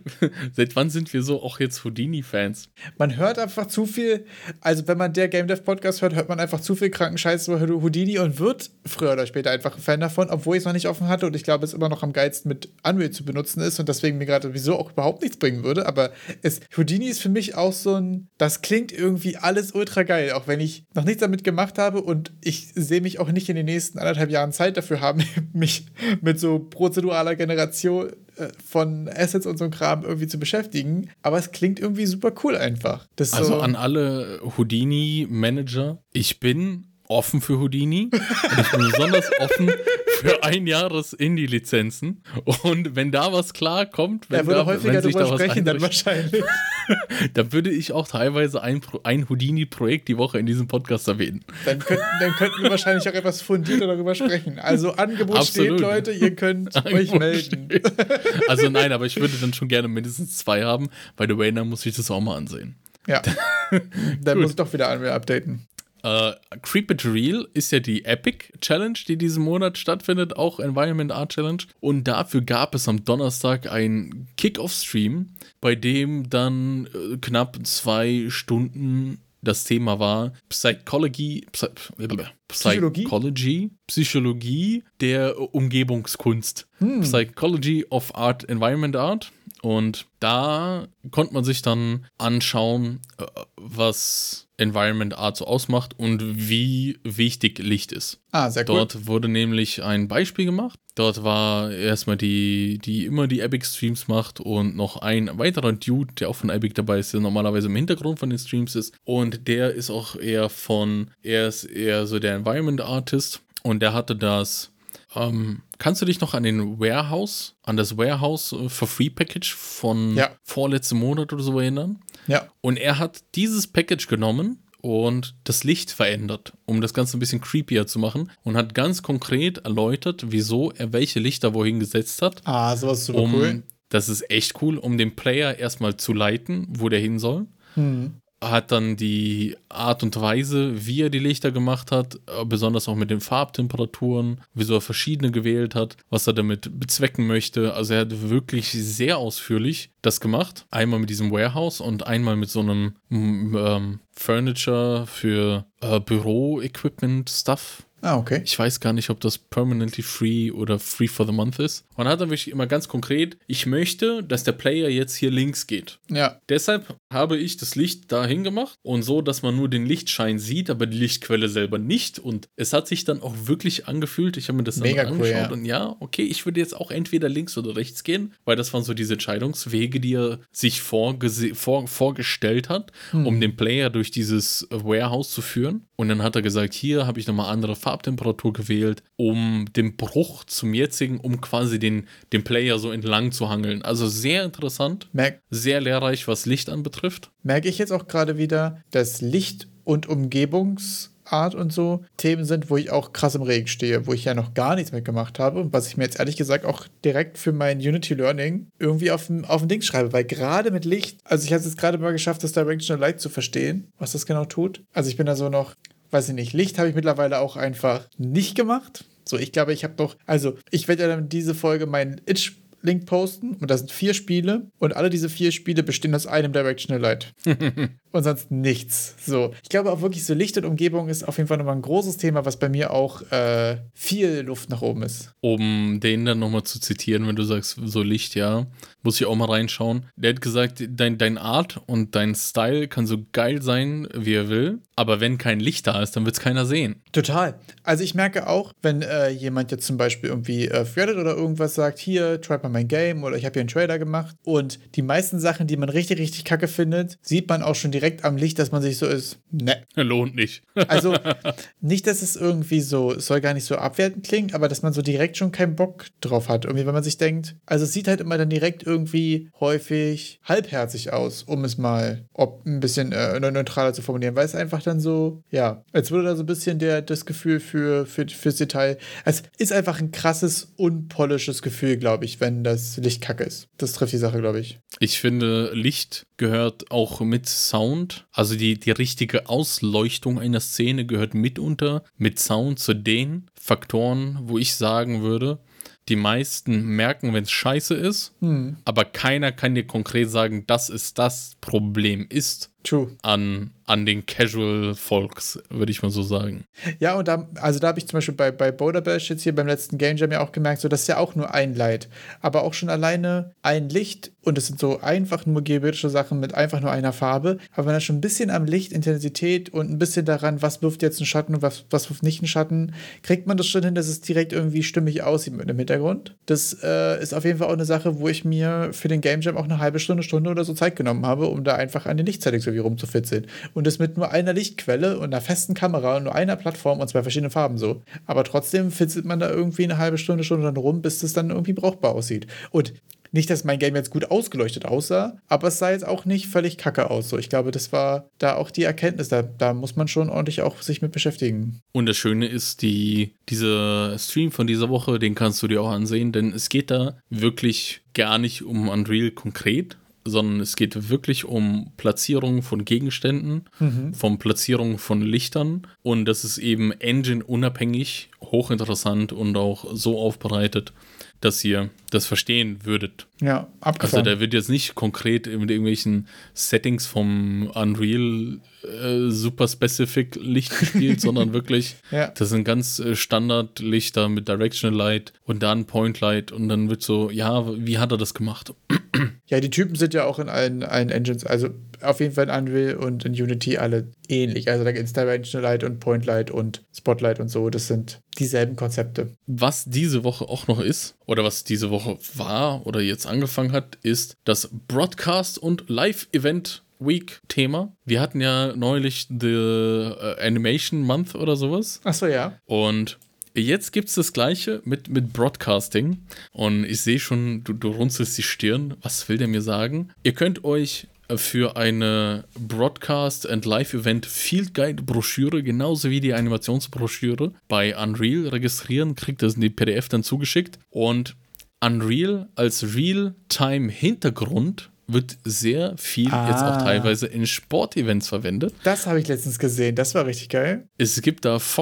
Seit wann sind wir so auch jetzt Houdini-Fans? Man hört einfach zu viel, also wenn man der Game Dev Podcast hört, hört man einfach zu viel kranken Scheiß über Houdini und wird früher oder später einfach ein Fan davon, obwohl ich es noch nicht offen hatte und ich glaube, es immer noch am geilsten mit Unreal zu benutzen ist und deswegen mir gerade sowieso auch überhaupt nichts bringen würde, aber es, Houdini ist für mich auch so ein, das klingt irgendwie alles ultra geil, auch wenn ich noch nichts damit gemacht habe und ich sehe mich auch nicht in den nächsten anderthalb Jahren Zeit dafür haben, mich mit so prozeduraler Generation äh, von Assets und so einem Kram irgendwie zu beschäftigen, aber es klingt irgendwie super cool einfach. Das ist Also so, an alle Houdini-Manager, ich bin offen für Houdini und ich bin besonders offen für ein Jahres Indie-Lizenzen und wenn da was klar kommt, wenn, er würde da, häufiger wenn sich drüber da was sprechen, dann einrichtet, wahrscheinlich. dann würde ich auch teilweise ein, Pro- ein Houdini-Projekt die Woche in diesem Podcast erwähnen. Dann könnten, dann könnten wir wahrscheinlich auch etwas fundierter darüber sprechen. Also Angebot Absolut. steht, Leute, ihr könnt euch Angebot melden. steht. Also nein, aber ich würde dann schon gerne mindestens zwei haben. By the way, dann muss ich das auch mal ansehen. Ja. Dann Gut. muss ich doch wieder Unreal updaten. Uh, Creep It Real ist ja die Epic Challenge, die diesen Monat stattfindet, auch Environment Art Challenge. Und dafür gab es am Donnerstag einen Kick-Off-Stream, bei dem dann äh, knapp zwei Stunden das Thema war Psychology, Psy Psychologie? Psychology, Psychologie der Umgebungskunst. Hm. Psychology of Art, Environment Art. Und da konnte man sich dann anschauen, äh, was Environment Art so ausmacht und wie wichtig Licht ist. Ah, sehr cool. Dort wurde nämlich ein Beispiel gemacht. Dort war erstmal die, die immer die Epic-Streams macht und noch ein weiterer Dude, der auch von Epic dabei ist, der normalerweise im Hintergrund von den Streams ist. Und der ist auch eher von, er ist eher so der Environment Artist und der hatte das. Ähm, kannst du dich noch an den Warehouse, an das Warehouse äh, for Free Package von Ja. vorletzten Monat oder so erinnern? Ja. Und er hat dieses Package genommen und das Licht verändert, um das Ganze ein bisschen creepier zu machen und hat ganz konkret erläutert, wieso er welche Lichter wohin gesetzt hat. Ah, sowas ist super um, cool. Das ist echt cool, um den Player erstmal zu leiten, wo der hin soll. Hm. Hat dann die Art und Weise, wie er die Lichter gemacht hat, äh, besonders auch mit den Farbtemperaturen, wieso er verschiedene gewählt hat, was er damit bezwecken möchte. Also er hat wirklich sehr ausführlich das gemacht. Einmal mit diesem Warehouse und einmal mit so einem mm, ähm, Furniture für äh, Büro-Equipment-Stuff. Ah, okay. Ich weiß gar nicht, ob das permanently free oder free for the month ist. Und hat dann wirklich immer ganz konkret, ich möchte, dass der Player jetzt hier links geht. Ja. Deshalb habe ich das Licht dahin gemacht und so, dass man nur den Lichtschein sieht, aber die Lichtquelle selber nicht. Und es hat sich dann auch wirklich angefühlt, ich habe mir das dann Mega angeschaut cool, ja. und ja, okay, ich würde jetzt auch entweder links oder rechts gehen, weil das waren so diese Entscheidungswege, die er sich vorgese- vor- vorgestellt hat, Hm. um den Player durch dieses Warehouse zu führen. Und dann hat er gesagt, hier habe ich nochmal andere Farbtemperatur gewählt, um den Bruch zum jetzigen, um quasi den, den Player so entlang zu hangeln. Also sehr interessant, Merk, sehr lehrreich, was Licht anbetrifft. merke ich jetzt auch gerade wieder, dass Licht und Umgebungsart und so Themen sind, wo ich auch krass im Regen stehe, wo ich ja noch gar nichts mitgemacht habe und was ich mir jetzt ehrlich gesagt auch direkt für mein Unity Learning irgendwie auf dem, auf dem Ding schreibe, weil gerade mit Licht, also ich habe es jetzt gerade mal geschafft, das Directional Light zu verstehen, was das genau tut. Also ich bin da so noch, weiß ich nicht, Licht habe ich mittlerweile auch einfach nicht gemacht. So, ich glaube, ich habe noch, also ich werde ja dann diese Folge meinen Itch Link posten und da sind vier Spiele und alle diese vier Spiele bestehen aus einem Directional Light. Und sonst nichts. So, ich glaube auch wirklich, so Licht und Umgebung ist auf jeden Fall nochmal ein großes Thema, was bei mir auch äh, viel Luft nach oben ist. Um den dann nochmal zu zitieren, wenn du sagst, so Licht, ja, muss ich auch mal reinschauen. Der hat gesagt, dein, dein Art und dein Style kann so geil sein, wie er will, aber wenn kein Licht da ist, dann wird es keiner sehen. Total. Also ich merke auch, wenn äh, jemand jetzt zum Beispiel irgendwie äh, auf Reddit oder irgendwas sagt, hier, try mal mein Game oder ich habe hier einen Trailer gemacht und die meisten Sachen, die man richtig, richtig kacke findet, sieht man auch schon direkt am Licht, dass man sich so ist, ne. Lohnt nicht. Also nicht, dass es irgendwie so, es soll gar nicht so abwertend klingen, aber dass man so direkt schon keinen Bock drauf hat. Irgendwie, wenn man sich denkt, also es sieht halt immer dann direkt irgendwie häufig halbherzig aus, um es mal ob ein bisschen äh, neutraler zu formulieren, weil es einfach dann so, ja, als würde da so ein bisschen der, das Gefühl für, für, fürs Detail, es ist einfach ein krasses, unpolisches Gefühl, glaube ich, wenn das Licht kacke ist. Das trifft die Sache, glaube ich. Ich finde, Licht gehört auch mit Sound, also die, die richtige Ausleuchtung einer Szene gehört mitunter mit Sound zu den Faktoren, wo ich sagen würde, die meisten merken, wenn es scheiße ist, Hm. aber keiner kann dir konkret sagen, das ist das Problem ist True. an, an den Casual Folks, würde ich mal so sagen. Ja, und da, also da habe ich zum Beispiel bei, bei Boulder Bash jetzt hier beim letzten Game Jam ja auch gemerkt, so das ist ja auch nur ein Light, aber auch schon alleine ein Licht und es sind so einfach nur geometrische Sachen mit einfach nur einer Farbe, aber wenn er schon ein bisschen am Licht, Intensität und ein bisschen daran, was wirft jetzt einen Schatten und was, was wirft nicht einen Schatten, kriegt man das schon hin, dass es direkt irgendwie stimmig aussieht mit dem Hintergrund. Das äh, ist auf jeden Fall auch eine Sache, wo ich mir für den Game Jam auch eine halbe Stunde, Stunde oder so Zeit genommen habe, um da einfach an den Lichtsettings irgendwie rumzufitzeln. Und das mit nur einer Lichtquelle und einer festen Kamera und nur einer Plattform und zwei verschiedenen Farben so. Aber trotzdem fitzelt man da irgendwie eine halbe Stunde, Stunde dann rum, bis das dann irgendwie brauchbar aussieht. Und nicht, dass mein Game jetzt gut ausgeleuchtet aussah, aber es sah jetzt auch nicht völlig kacke aus. So, ich glaube, das war da auch die Erkenntnis. Da, da muss man schon ordentlich auch sich mit beschäftigen. Und das Schöne ist, die, dieser Stream von dieser Woche, den kannst du dir auch ansehen, denn es geht da wirklich gar nicht um Unreal konkret, sondern es geht wirklich um Platzierung von Gegenständen, Mhm. von Platzierung von Lichtern und das ist eben Engine-unabhängig, hochinteressant und auch so aufbereitet, dass ihr das verstehen würdet. Ja, abgefahren. Also da wird jetzt nicht konkret mit irgendwelchen Settings vom Unreal äh, super specific Licht gespielt, sondern wirklich, Ja. das sind ganz äh, Standardlichter mit Directional Light und dann Point Light und dann wird so, ja, wie hat er das gemacht? Ja, die Typen sind ja auch in allen, allen Engines, also auf jeden Fall in Unreal und in Unity alle ähnlich. Also da gibt es Directional Light und Point Light und Spotlight und so. Das sind dieselben Konzepte. Was diese Woche auch noch ist, oder was diese Woche war oder jetzt angefangen hat, ist das Broadcast- und Live-Event Week-Thema. Wir hatten ja neulich The uh, Animation Month oder sowas. Ach so, ja. Und jetzt gibt es das Gleiche mit, mit Broadcasting. Und ich sehe schon, du, du runzelst die Stirn. Was will der mir sagen? Ihr könnt euch für eine Broadcast- and Live-Event Field Guide Broschüre, genauso wie die Animationsbroschüre, bei Unreal registrieren, kriegt das in die P D F dann zugeschickt. Und Unreal als Real-Time-Hintergrund wird sehr viel Ah. jetzt auch teilweise in Sportevents verwendet. Das habe ich letztens gesehen. Das war richtig geil. Es gibt da Fox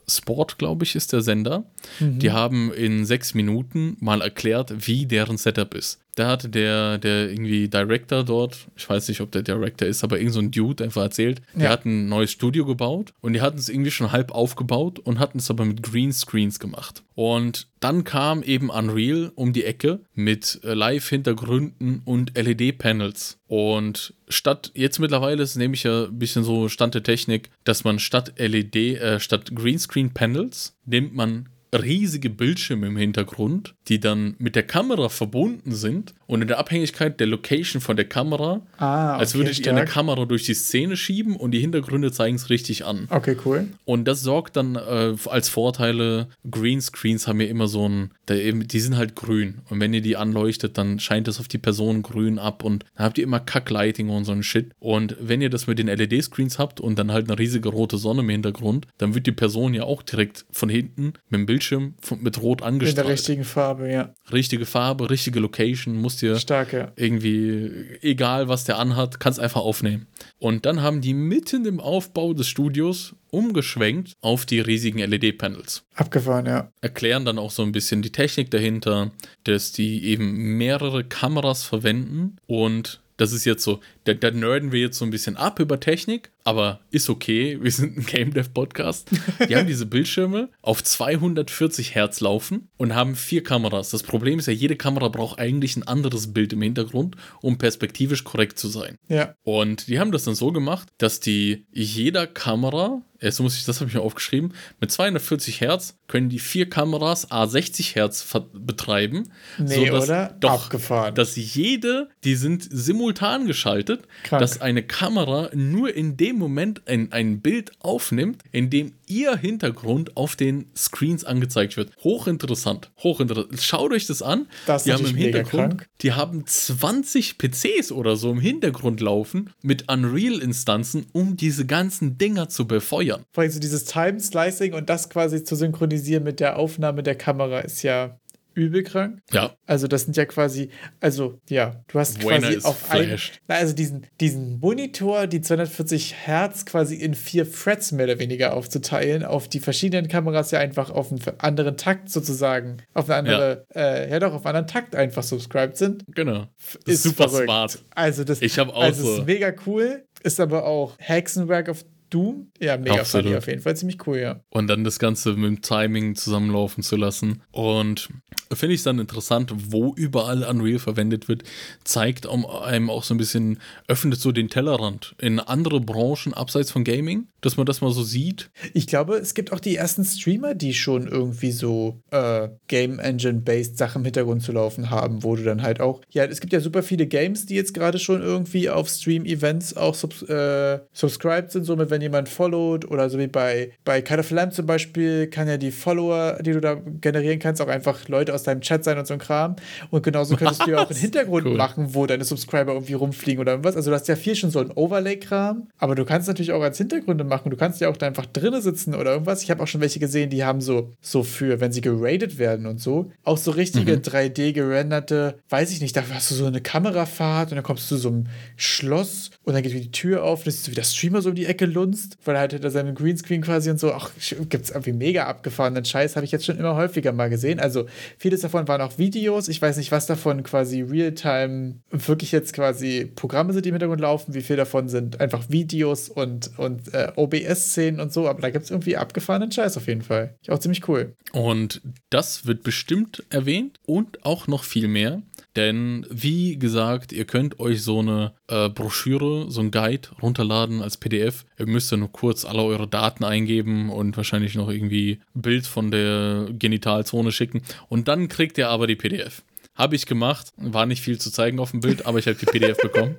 Sport, glaube ich, ist der Sender. Mhm. Die haben in sechs Minuten mal erklärt, wie deren Setup ist. Da hatte der, der irgendwie Director dort, ich weiß nicht, ob der Director ist, aber irgend so ein Dude einfach erzählt, ja. Der hat ein neues Studio gebaut und die hatten es irgendwie schon halb aufgebaut und hatten es aber mit Greenscreens gemacht. Und dann kam eben Unreal um die Ecke mit Live-Hintergründen und L E D-Panels. Und statt, jetzt mittlerweile ist nämlich ja ein bisschen so Stand der Technik, dass man statt L E D, äh, statt Greenscreen-Panels nimmt man riesige Bildschirme im Hintergrund, die dann mit der Kamera verbunden sind und in der Abhängigkeit der Location von der Kamera, ah, okay, als würdet ihr eine Kamera durch die Szene schieben und die Hintergründe zeigen es richtig an. Okay, cool. Und das sorgt dann äh, als Vorteile, Greenscreens haben ja immer so ein, die sind halt grün und wenn ihr die anleuchtet, dann scheint es auf die Person grün ab und dann habt ihr immer Kacklighting und so ein Shit. Und wenn ihr das mit den L E D-Screens habt und dann halt eine riesige rote Sonne im Hintergrund, dann wird die Person ja auch direkt von hinten mit dem Bildschirm mit Rot angestrahlt. In der richtigen Farbe, ja. Richtige Farbe, richtige Location, musst dir Stark, ja. irgendwie, egal was der anhat, kannst einfach aufnehmen. Und dann haben die mitten im Aufbau des Studios umgeschwenkt auf die riesigen L E D-Panels. Abgefahren, ja. Erklären dann auch so ein bisschen die Technik dahinter, dass die eben mehrere Kameras verwenden und das ist jetzt so, da, da nerden wir jetzt so ein bisschen ab über Technik, aber ist okay, wir sind ein Game Dev Podcast. Die haben diese Bildschirme auf zweihundertvierzig Hertz laufen und haben vier Kameras. Das Problem ist ja, jede Kamera braucht eigentlich ein anderes Bild im Hintergrund, um perspektivisch korrekt zu sein. Ja. Und die haben das dann so gemacht, dass die jeder Kamera, jetzt muss ich, das habe ich mir aufgeschrieben, mit zweihundertvierzig Hertz können die vier Kameras a sechzig Hertz betreiben. Nee, sodass, oder? Doch, abgefahren. Dass jede, die sind simultan geschaltet, Krank. Dass eine Kamera nur in dem Moment ein, ein Bild aufnimmt, in dem ihr Hintergrund auf den Screens angezeigt wird. Hochinteressant, hochinteressant. Schaut euch das an. Das die ist haben im mega Hintergrund, krank. Die haben zwanzig P Cs oder so im Hintergrund laufen mit Unreal-Instanzen, um diese ganzen Dinger zu befeuern. Vor allem so dieses Time-Slicing und das quasi zu synchronisieren mit der Aufnahme der Kamera ist ja übel krank. Ja. Also das sind ja quasi, also ja, du hast Wayne quasi ist auf ein, flashed. na, also diesen, diesen Monitor, die zweihundertvierzig Hertz quasi in vier Threads mehr oder weniger aufzuteilen, auf die verschiedenen Kameras ja einfach auf einen anderen Takt sozusagen, auf eine andere, ja, äh, ja doch, auf einen anderen Takt einfach subscribed sind. Genau. Ist super verrückt. Smart. Also das ich hab auch also so. ist mega cool, ist aber auch Hexenwerk auf Doom? Ja, mega Absolut. funny auf jeden Fall. Ziemlich cool, ja. Und dann das Ganze mit dem Timing zusammenlaufen zu lassen. Und finde ich es dann interessant, wo überall Unreal verwendet wird, zeigt einem auch so ein bisschen, öffnet so den Tellerrand in andere Branchen abseits von Gaming, dass man das mal so sieht. Ich glaube, es gibt auch die ersten Streamer, die schon irgendwie so äh, Game Engine-based Sachen im Hintergrund zu laufen haben, wo du dann halt auch, ja, es gibt ja super viele Games, die jetzt gerade schon irgendwie auf Stream-Events auch subs äh, subscribed sind, somit wenn jemand followt oder so wie bei, bei Call of Lamb zum Beispiel, kann ja die Follower, die du da generieren kannst, auch einfach Leute aus deinem Chat sein und so ein Kram. Und genauso könntest du ja auch einen Hintergrund cool. machen, wo deine Subscriber irgendwie rumfliegen oder irgendwas. Also du hast ja viel schon so ein Overlay-Kram, aber du kannst natürlich auch als Hintergründe machen. Du kannst ja auch da einfach drinnen sitzen oder irgendwas. Ich habe auch schon welche gesehen, die haben so, so für, wenn sie geradet werden und so, auch so richtige mhm. drei D gerenderte, weiß ich nicht, da hast du so eine Kamerafahrt und dann kommst du zu so einem Schloss und dann geht die Tür auf und dann siehst du, wie der Streamer so um die Ecke lunzt, weil er halt hinter seinem Greenscreen quasi und so, ach, gibt's irgendwie mega abgefahrenen Scheiß, habe ich jetzt schon immer häufiger mal gesehen. Also vieles davon waren auch Videos. Ich weiß nicht, was davon quasi Realtime wirklich jetzt quasi Programme sind, die im Hintergrund laufen, wie viel davon sind einfach Videos und, und äh, O B S-Szenen und so, aber da gibt es irgendwie abgefahrenen Scheiß auf jeden Fall. Auch ziemlich cool. Und das wird bestimmt erwähnt und auch noch viel mehr. Denn, wie gesagt, ihr könnt euch so eine äh, Broschüre, so ein Guide runterladen als P D F. Ihr müsst ja nur kurz alle eure Daten eingeben und wahrscheinlich noch irgendwie ein Bild von der Genitalzone schicken. Und dann kriegt ihr aber die P D F. Habe ich gemacht. War nicht viel zu zeigen auf dem Bild, aber ich habe die P D F bekommen.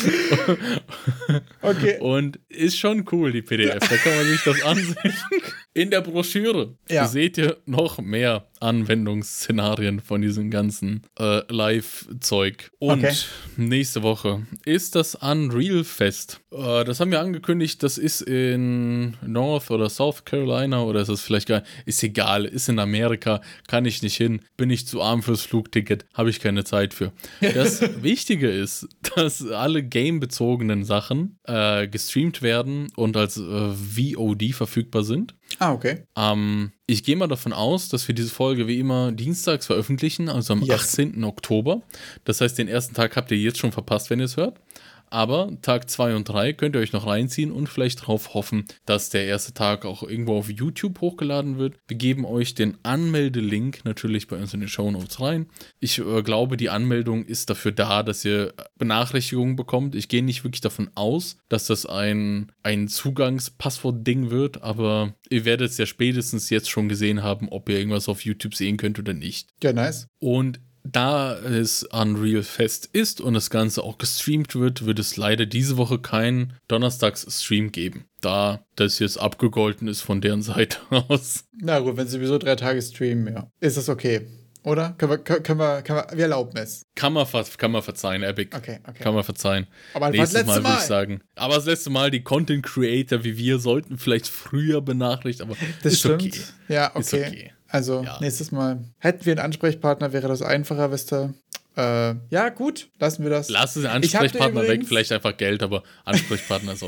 Okay. Und ist schon cool, die P D F. Da kann man sich das ansehen. in der Broschüre Ja. seht ihr noch mehr Anwendungsszenarien von diesem ganzen äh, Live-Zeug. Und Okay. nächste Woche ist das Unreal Fest. Äh, das haben wir angekündigt, das ist in North oder South Carolina oder ist das vielleicht gar ist egal, ist in Amerika, kann ich nicht hin, bin ich zu arm fürs Flugticket, habe ich keine Zeit für. Das Wichtige ist, dass alle gamebezogenen Sachen äh, gestreamt werden und als äh, V O D verfügbar sind. Ah, okay. Ähm, ich gehe mal davon aus, dass wir diese Folge wie immer dienstags veröffentlichen, also am Yes. achtzehnten Oktober. Das heißt, den ersten Tag habt ihr jetzt schon verpasst, wenn ihr es hört. Aber Tag zwei und drei könnt ihr euch noch reinziehen und vielleicht darauf hoffen, dass der erste Tag auch irgendwo auf YouTube hochgeladen wird. Wir geben euch den Anmeldelink natürlich bei uns in den Shownotes rein. Ich äh, glaube, die Anmeldung ist dafür da, dass ihr Benachrichtigungen bekommt. Ich gehe nicht wirklich davon aus, dass das ein, ein Zugangspasswort-Ding wird, aber ihr werdet es ja spätestens jetzt schon gesehen haben, ob ihr irgendwas auf YouTube sehen könnt oder nicht. Ja, nice. Und da es Unreal Fest ist und das Ganze auch gestreamt wird, wird es leider diese Woche keinen Donnerstags-Stream geben, da das jetzt abgegolten ist von deren Seite aus. Na gut, wenn sie sowieso drei Tage streamen, ja. Ist das okay? Oder? Können wir, können können wir, können wir, wir erlauben es. Kann man, ver kann man verzeihen, Epic. Okay, okay. Kann man verzeihen. Aber das Nächstes letzte Mal, Mal. würde ich sagen. Aber das letzte Mal, die Content Creator wie wir sollten vielleicht früher benachrichtigt, aber Das ist stimmt. okay. Ja, okay. Ist okay. Also, Ja. nächstes Mal. Hätten wir einen Ansprechpartner, wäre das einfacher, wisst ihr. Äh, ja, gut, lassen wir das. Lass den Ich hab Ansprechpartner dir weg, übrigens- vielleicht einfach Geld, aber Ansprechpartner ist auch.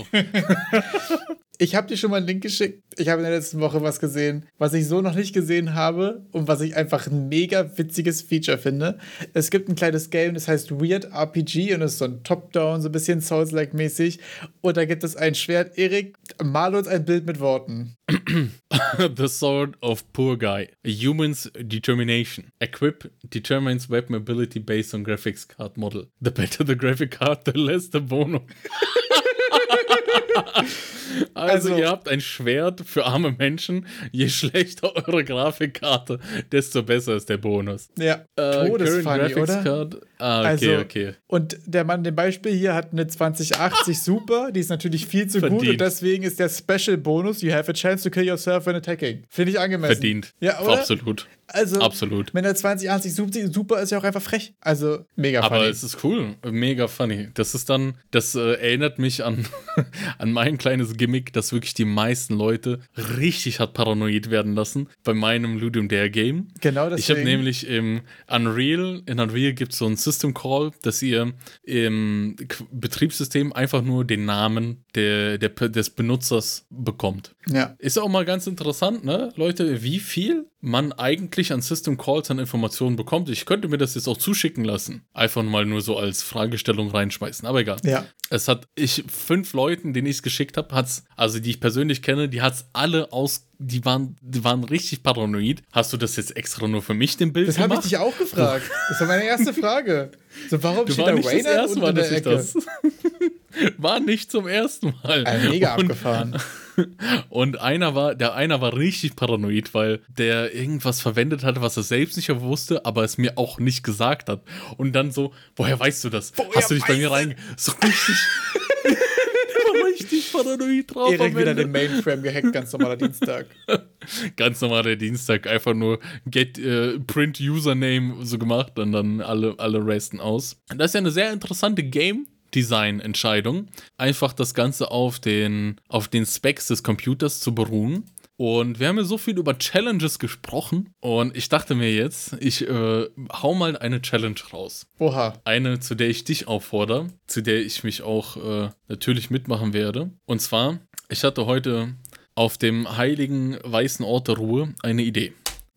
Ich habe dir schon mal einen Link geschickt. Ich habe in der letzten Woche was gesehen, was ich so noch nicht gesehen habe und was ich einfach ein mega witziges Feature finde. Es gibt ein kleines Game, das heißt Weird R P G und es ist so ein Top-Down, so ein bisschen Souls-like-mäßig. Und da gibt es ein Schwert. Erik, mal uns ein Bild mit Worten. The Sword of Poor Guy. A human's determination. Equip determines weapon ability based on graphics card model. The better the graphic card, the less the bonus. Also, Also- ihr habt ein Schwert für arme Menschen. Je schlechter eure Grafikkarte, desto besser ist der Bonus. Ja, Äh, todesfunny, current graphics oder? card. Ah, okay, Also, okay. Und der Mann, dem Beispiel hier, hat eine zwanzig achtzig Super, die ist natürlich viel zu gut Verdient. und deswegen ist der Special Bonus, you have a chance to kill yourself when attacking. Finde ich angemessen. Verdient. Ja, oder? Absolut. Also, Absolut. Wenn der zwanzig achtzig Super ist ja auch einfach frech. Also, mega Aber funny. es ist cool, mega funny. Das ist dann, das äh, erinnert mich an, an mein kleines Gimmick, das wirklich die meisten Leute richtig hat paranoid werden lassen bei meinem Ludum Dare Game. Genau Ich habe deswegen. nämlich im Unreal, in Unreal gibt es so ein System Call, dass ihr im K- Betriebssystem einfach nur den Namen der, der, des Benutzers bekommt. Ja. Ist auch mal ganz interessant, ne, Leute, wie viel man eigentlich an System Calls an Informationen bekommt. Ich könnte mir das jetzt auch zuschicken lassen. Einfach mal nur so als Fragestellung reinschmeißen, aber egal. Ja. Es hat, ich, fünf Leuten, denen ich es geschickt habe, hat's, also die ich persönlich kenne, die hat's alle aus, die waren, die waren richtig paranoid. Hast du das jetzt extra nur für mich, den Bild Das habe ich gemacht? dich auch gefragt. Das war meine erste Frage. So, warum Du steht war da nicht das Wayne erste unten Mal, in der dass ich Ecke? das. War nicht zum ersten Mal. Äh, mega Und- abgefahren. Und einer war, der einer war richtig paranoid, weil der irgendwas verwendet hatte, was er selbst nicht wusste, aber es mir auch nicht gesagt hat. Und dann so, woher weißt du das? Woher Hast du dich bei mir weiß rein... So richtig... der war richtig paranoid drauf. Erik am wieder Ende. den Mainframe gehackt, ganz normaler Dienstag. Ganz normaler Dienstag, einfach nur get äh, print Username so gemacht und dann alle, alle resten aus. Das ist ja eine sehr interessante Game Design-Entscheidung, einfach das Ganze auf den, auf den Specs des Computers zu beruhen. Und wir haben ja so viel über Challenges gesprochen und ich dachte mir jetzt, ich äh, hau mal eine Challenge raus. Oha. Eine, zu der ich dich auffordere, zu der ich mich auch äh, natürlich mitmachen werde. Und zwar, ich hatte heute auf dem heiligen weißen Ort der Ruhe eine Idee.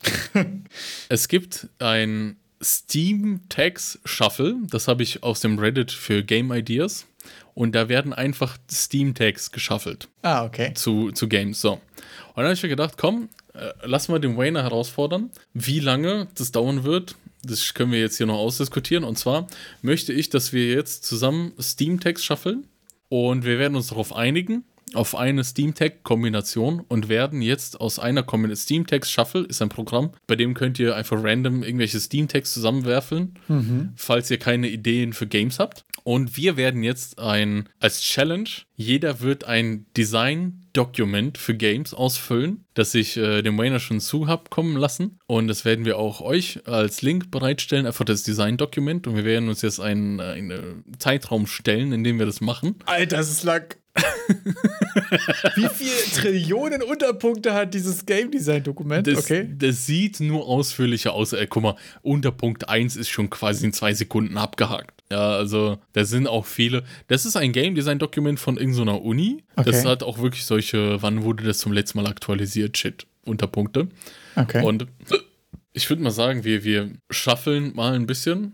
Es gibt ein Steam Tags Shuffle, das habe ich aus dem Reddit für Game Ideas. Und da werden einfach Steam Tags geshuffelt Ah, okay. zu, zu Games. So. Und dann habe ich mir gedacht, komm, äh, lass mal den Wayner herausfordern, wie lange das dauern wird. Das können wir jetzt hier noch ausdiskutieren. Und zwar möchte ich, dass wir jetzt zusammen Steam Tags shuffeln und wir werden uns darauf einigen, auf eine Steam-Tag-Kombination und werden jetzt aus einer Kombination, Steam-Tags Shuffle ist ein Programm, bei dem könnt ihr einfach random irgendwelche Steam-Tags zusammenwerfeln, mhm. falls ihr keine Ideen für Games habt. Und wir werden jetzt ein, als Challenge, jeder wird ein Design-Dokument für Games ausfüllen, das ich äh, dem Wayner schon zu habe kommen lassen. Und das werden wir auch euch als Link bereitstellen, einfach das Design-Dokument. Und wir werden uns jetzt einen, einen Zeitraum stellen, in dem wir das machen. Alter, das ist lang. Wie viele Trillionen Unterpunkte hat dieses Game-Design-Dokument? Das, okay. das sieht nur ausführlicher aus. Ey, guck mal, Unterpunkt eins ist schon quasi in zwei Sekunden abgehakt. Ja, also da sind auch viele. Das ist ein Game-Design-Dokument von irgendeiner Uni. Okay. Das hat auch wirklich solche, wann wurde das zum letzten Mal aktualisiert? Shit, Unterpunkte. Okay. Und ich würde mal sagen, wir, wir schaffeln mal ein bisschen.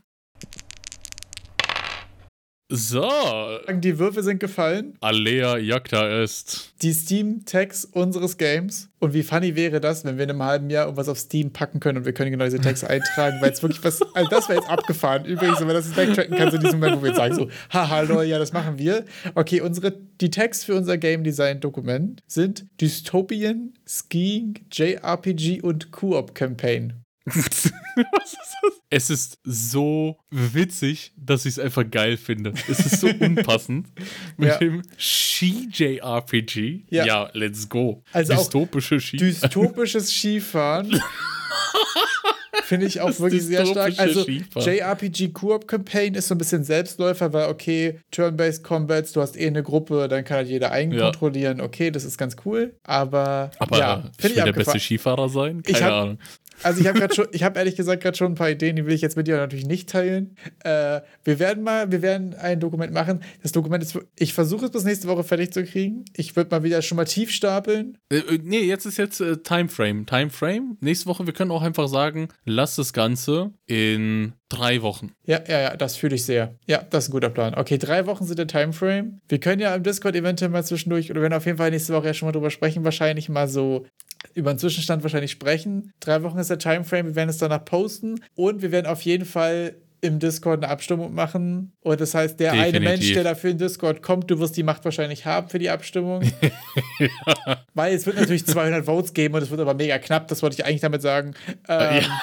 So. Die Würfel sind gefallen. Alea jacta est. Die Steam-Tags unseres Games. Und wie funny wäre das, wenn wir in einem halben Jahr irgendwas auf Steam packen können und wir können genau diese Tags eintragen, weil es wirklich was, also das wäre jetzt abgefahren. Übrigens, wenn man das backtracken kann, so in diesem Moment, wo wir jetzt sagen so, haha, lol, ja, das machen wir. Okay, unsere, die Tags für unser Game-Design-Dokument sind Dystopian, Skiing, J R P G und Co-op-Campaign. Was ist das? Es ist so witzig, dass ich es einfach geil finde. Es ist so unpassend. Mit ja. dem Ski-J R P G. Ja. ja, let's go. Also Dystopische Ski. Dystopisches Skifahren. Finde ich auch das wirklich sehr stark. Also J R P G Co-op Campaign ist so ein bisschen Selbstläufer, weil okay, Turn-Based Combats, du hast eh eine Gruppe, dann kann halt jeder eigenkontrollieren. Ja. Okay, das ist ganz cool, aber, aber ja, finde ich der beste Skifahrer sein? Keine ich hab, Ahnung. Also ich habe gerade schon, ich habe ehrlich gesagt gerade schon ein paar Ideen, die will ich jetzt mit dir natürlich nicht teilen. Äh, wir werden mal, wir werden ein Dokument machen. Das Dokument ist, ich versuche es bis nächste Woche fertig zu kriegen. Ich würde mal wieder schon mal tief stapeln. Äh, nee, jetzt ist jetzt äh, Timeframe. Timeframe. Nächste Woche, wir können auch einfach sagen, lass das Ganze in drei Wochen. Ja, ja, ja, das fühle ich sehr. Ja, das ist ein guter Plan. Okay, drei Wochen sind der Timeframe. Wir können ja im Discord eventuell mal zwischendurch, oder wir werden auf jeden Fall nächste Woche ja schon mal drüber sprechen, wahrscheinlich mal so über einen Zwischenstand wahrscheinlich sprechen. Drei Wochen ist der Timeframe, wir werden es danach posten und wir werden auf jeden Fall im Discord eine Abstimmung machen. Und das heißt, der Definitiv. eine Mensch, der dafür in Discord kommt, du wirst die Macht wahrscheinlich haben für die Abstimmung. ja. Weil es wird natürlich zweihundert Votes geben und es wird aber mega knapp, das wollte ich eigentlich damit sagen. Ähm, ja.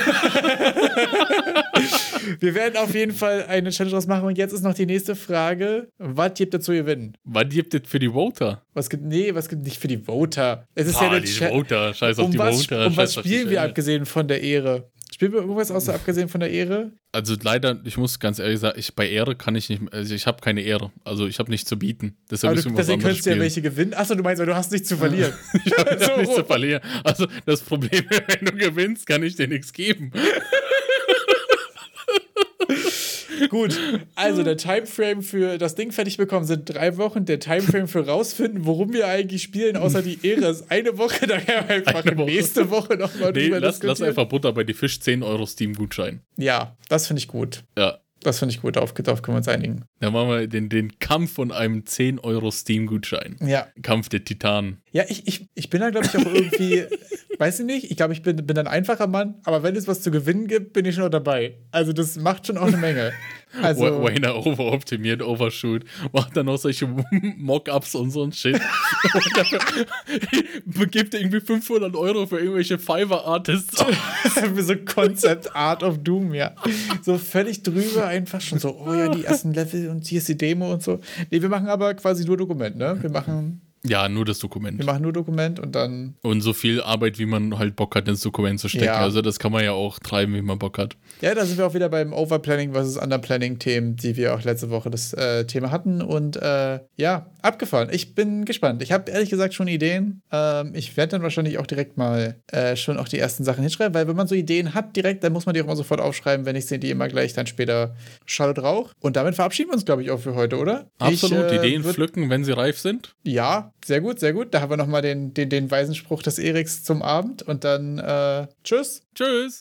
Wir werden auf jeden Fall eine Challenge draus machen und jetzt ist noch die nächste Frage. Was gibt es zu gewinnen? Was gibt es für die Voter? Was gibt, nee, was gibt nicht für die Voter? Es ist ah, ja eine die Cha- Voter, scheiß auf um die was, Voter. Um was spielen wir abgesehen von der Ehre? Spielen wir irgendwas außer abgesehen von der Ehre? Also leider, ich muss ganz ehrlich sagen, ich, bei Ehre kann ich nicht, also ich habe keine Ehre. Also ich habe nichts zu bieten. Deshalb Aber du, deswegen könntest du ja welche gewinnen. Achso, du meinst, du hast nichts zu verlieren. ich habe so. nichts zu verlieren. Also das Problem, wenn du gewinnst, kann ich dir nichts geben. Gut, also der Timeframe für das Ding fertig bekommen sind drei Wochen. Der Timeframe für rausfinden, worum wir eigentlich spielen, außer die Ehre, ist eine Woche. Daher einfach eine Woche. nächste Woche nochmal nee, drüber lass, diskutieren. Lass einfach Butter bei die Fisch, zehn Euro Steam-Gutschein. Ja, das finde ich gut. Ja. Das finde ich gut, darauf, darauf können wir uns einigen. Dann machen wir den, den Kampf von einem zehn Euro Steam-Gutschein. Ja. Kampf der Titanen. Ja, ich, ich, ich bin da, glaube ich, auch irgendwie, weiß ich nicht, ich glaube, ich bin, bin ein einfacher Mann, aber wenn es was zu gewinnen gibt, bin ich schon auch dabei. Also das macht schon auch eine Menge. Also, Wayner overoptimiert, overshoot, macht dann auch solche Mock-Ups und so ein Shit. Und gibt irgendwie fünfhundert Euro für irgendwelche Fiverr-Artists. Für so Concept Art of Doom, ja. So völlig drüber, einfach schon so, oh ja, die ersten Level und hier ist die Demo und so. Nee, wir machen aber quasi nur Dokument, ne? Wir machen... Ja, nur das Dokument. Wir machen nur Dokument und dann... Und so viel Arbeit, wie man halt Bock hat, ins Dokument zu stecken. Ja. Also das kann man ja auch treiben, wie man Bock hat. Ja, da sind wir auch wieder beim Overplanning versus Underplanning-Themen, die wir auch letzte Woche das äh, Thema hatten. Und äh, ja, abgefahren. Ich bin gespannt. Ich habe ehrlich gesagt schon Ideen. Ähm, ich werde dann wahrscheinlich auch direkt mal äh, schon auch die ersten Sachen hinschreiben, weil wenn man so Ideen hat direkt, dann muss man die auch immer sofort aufschreiben, wenn ich sie die immer gleich dann später Schall und Rauch. Und damit verabschieden wir uns, glaube ich, auch für heute, oder? Absolut. Ich, äh, Ideen pflücken, wenn sie reif sind. Ja, sehr gut, sehr gut. Da haben wir nochmal den, den, den weisen Spruch des Eriks zum Abend und dann äh, tschüss. Tschüss.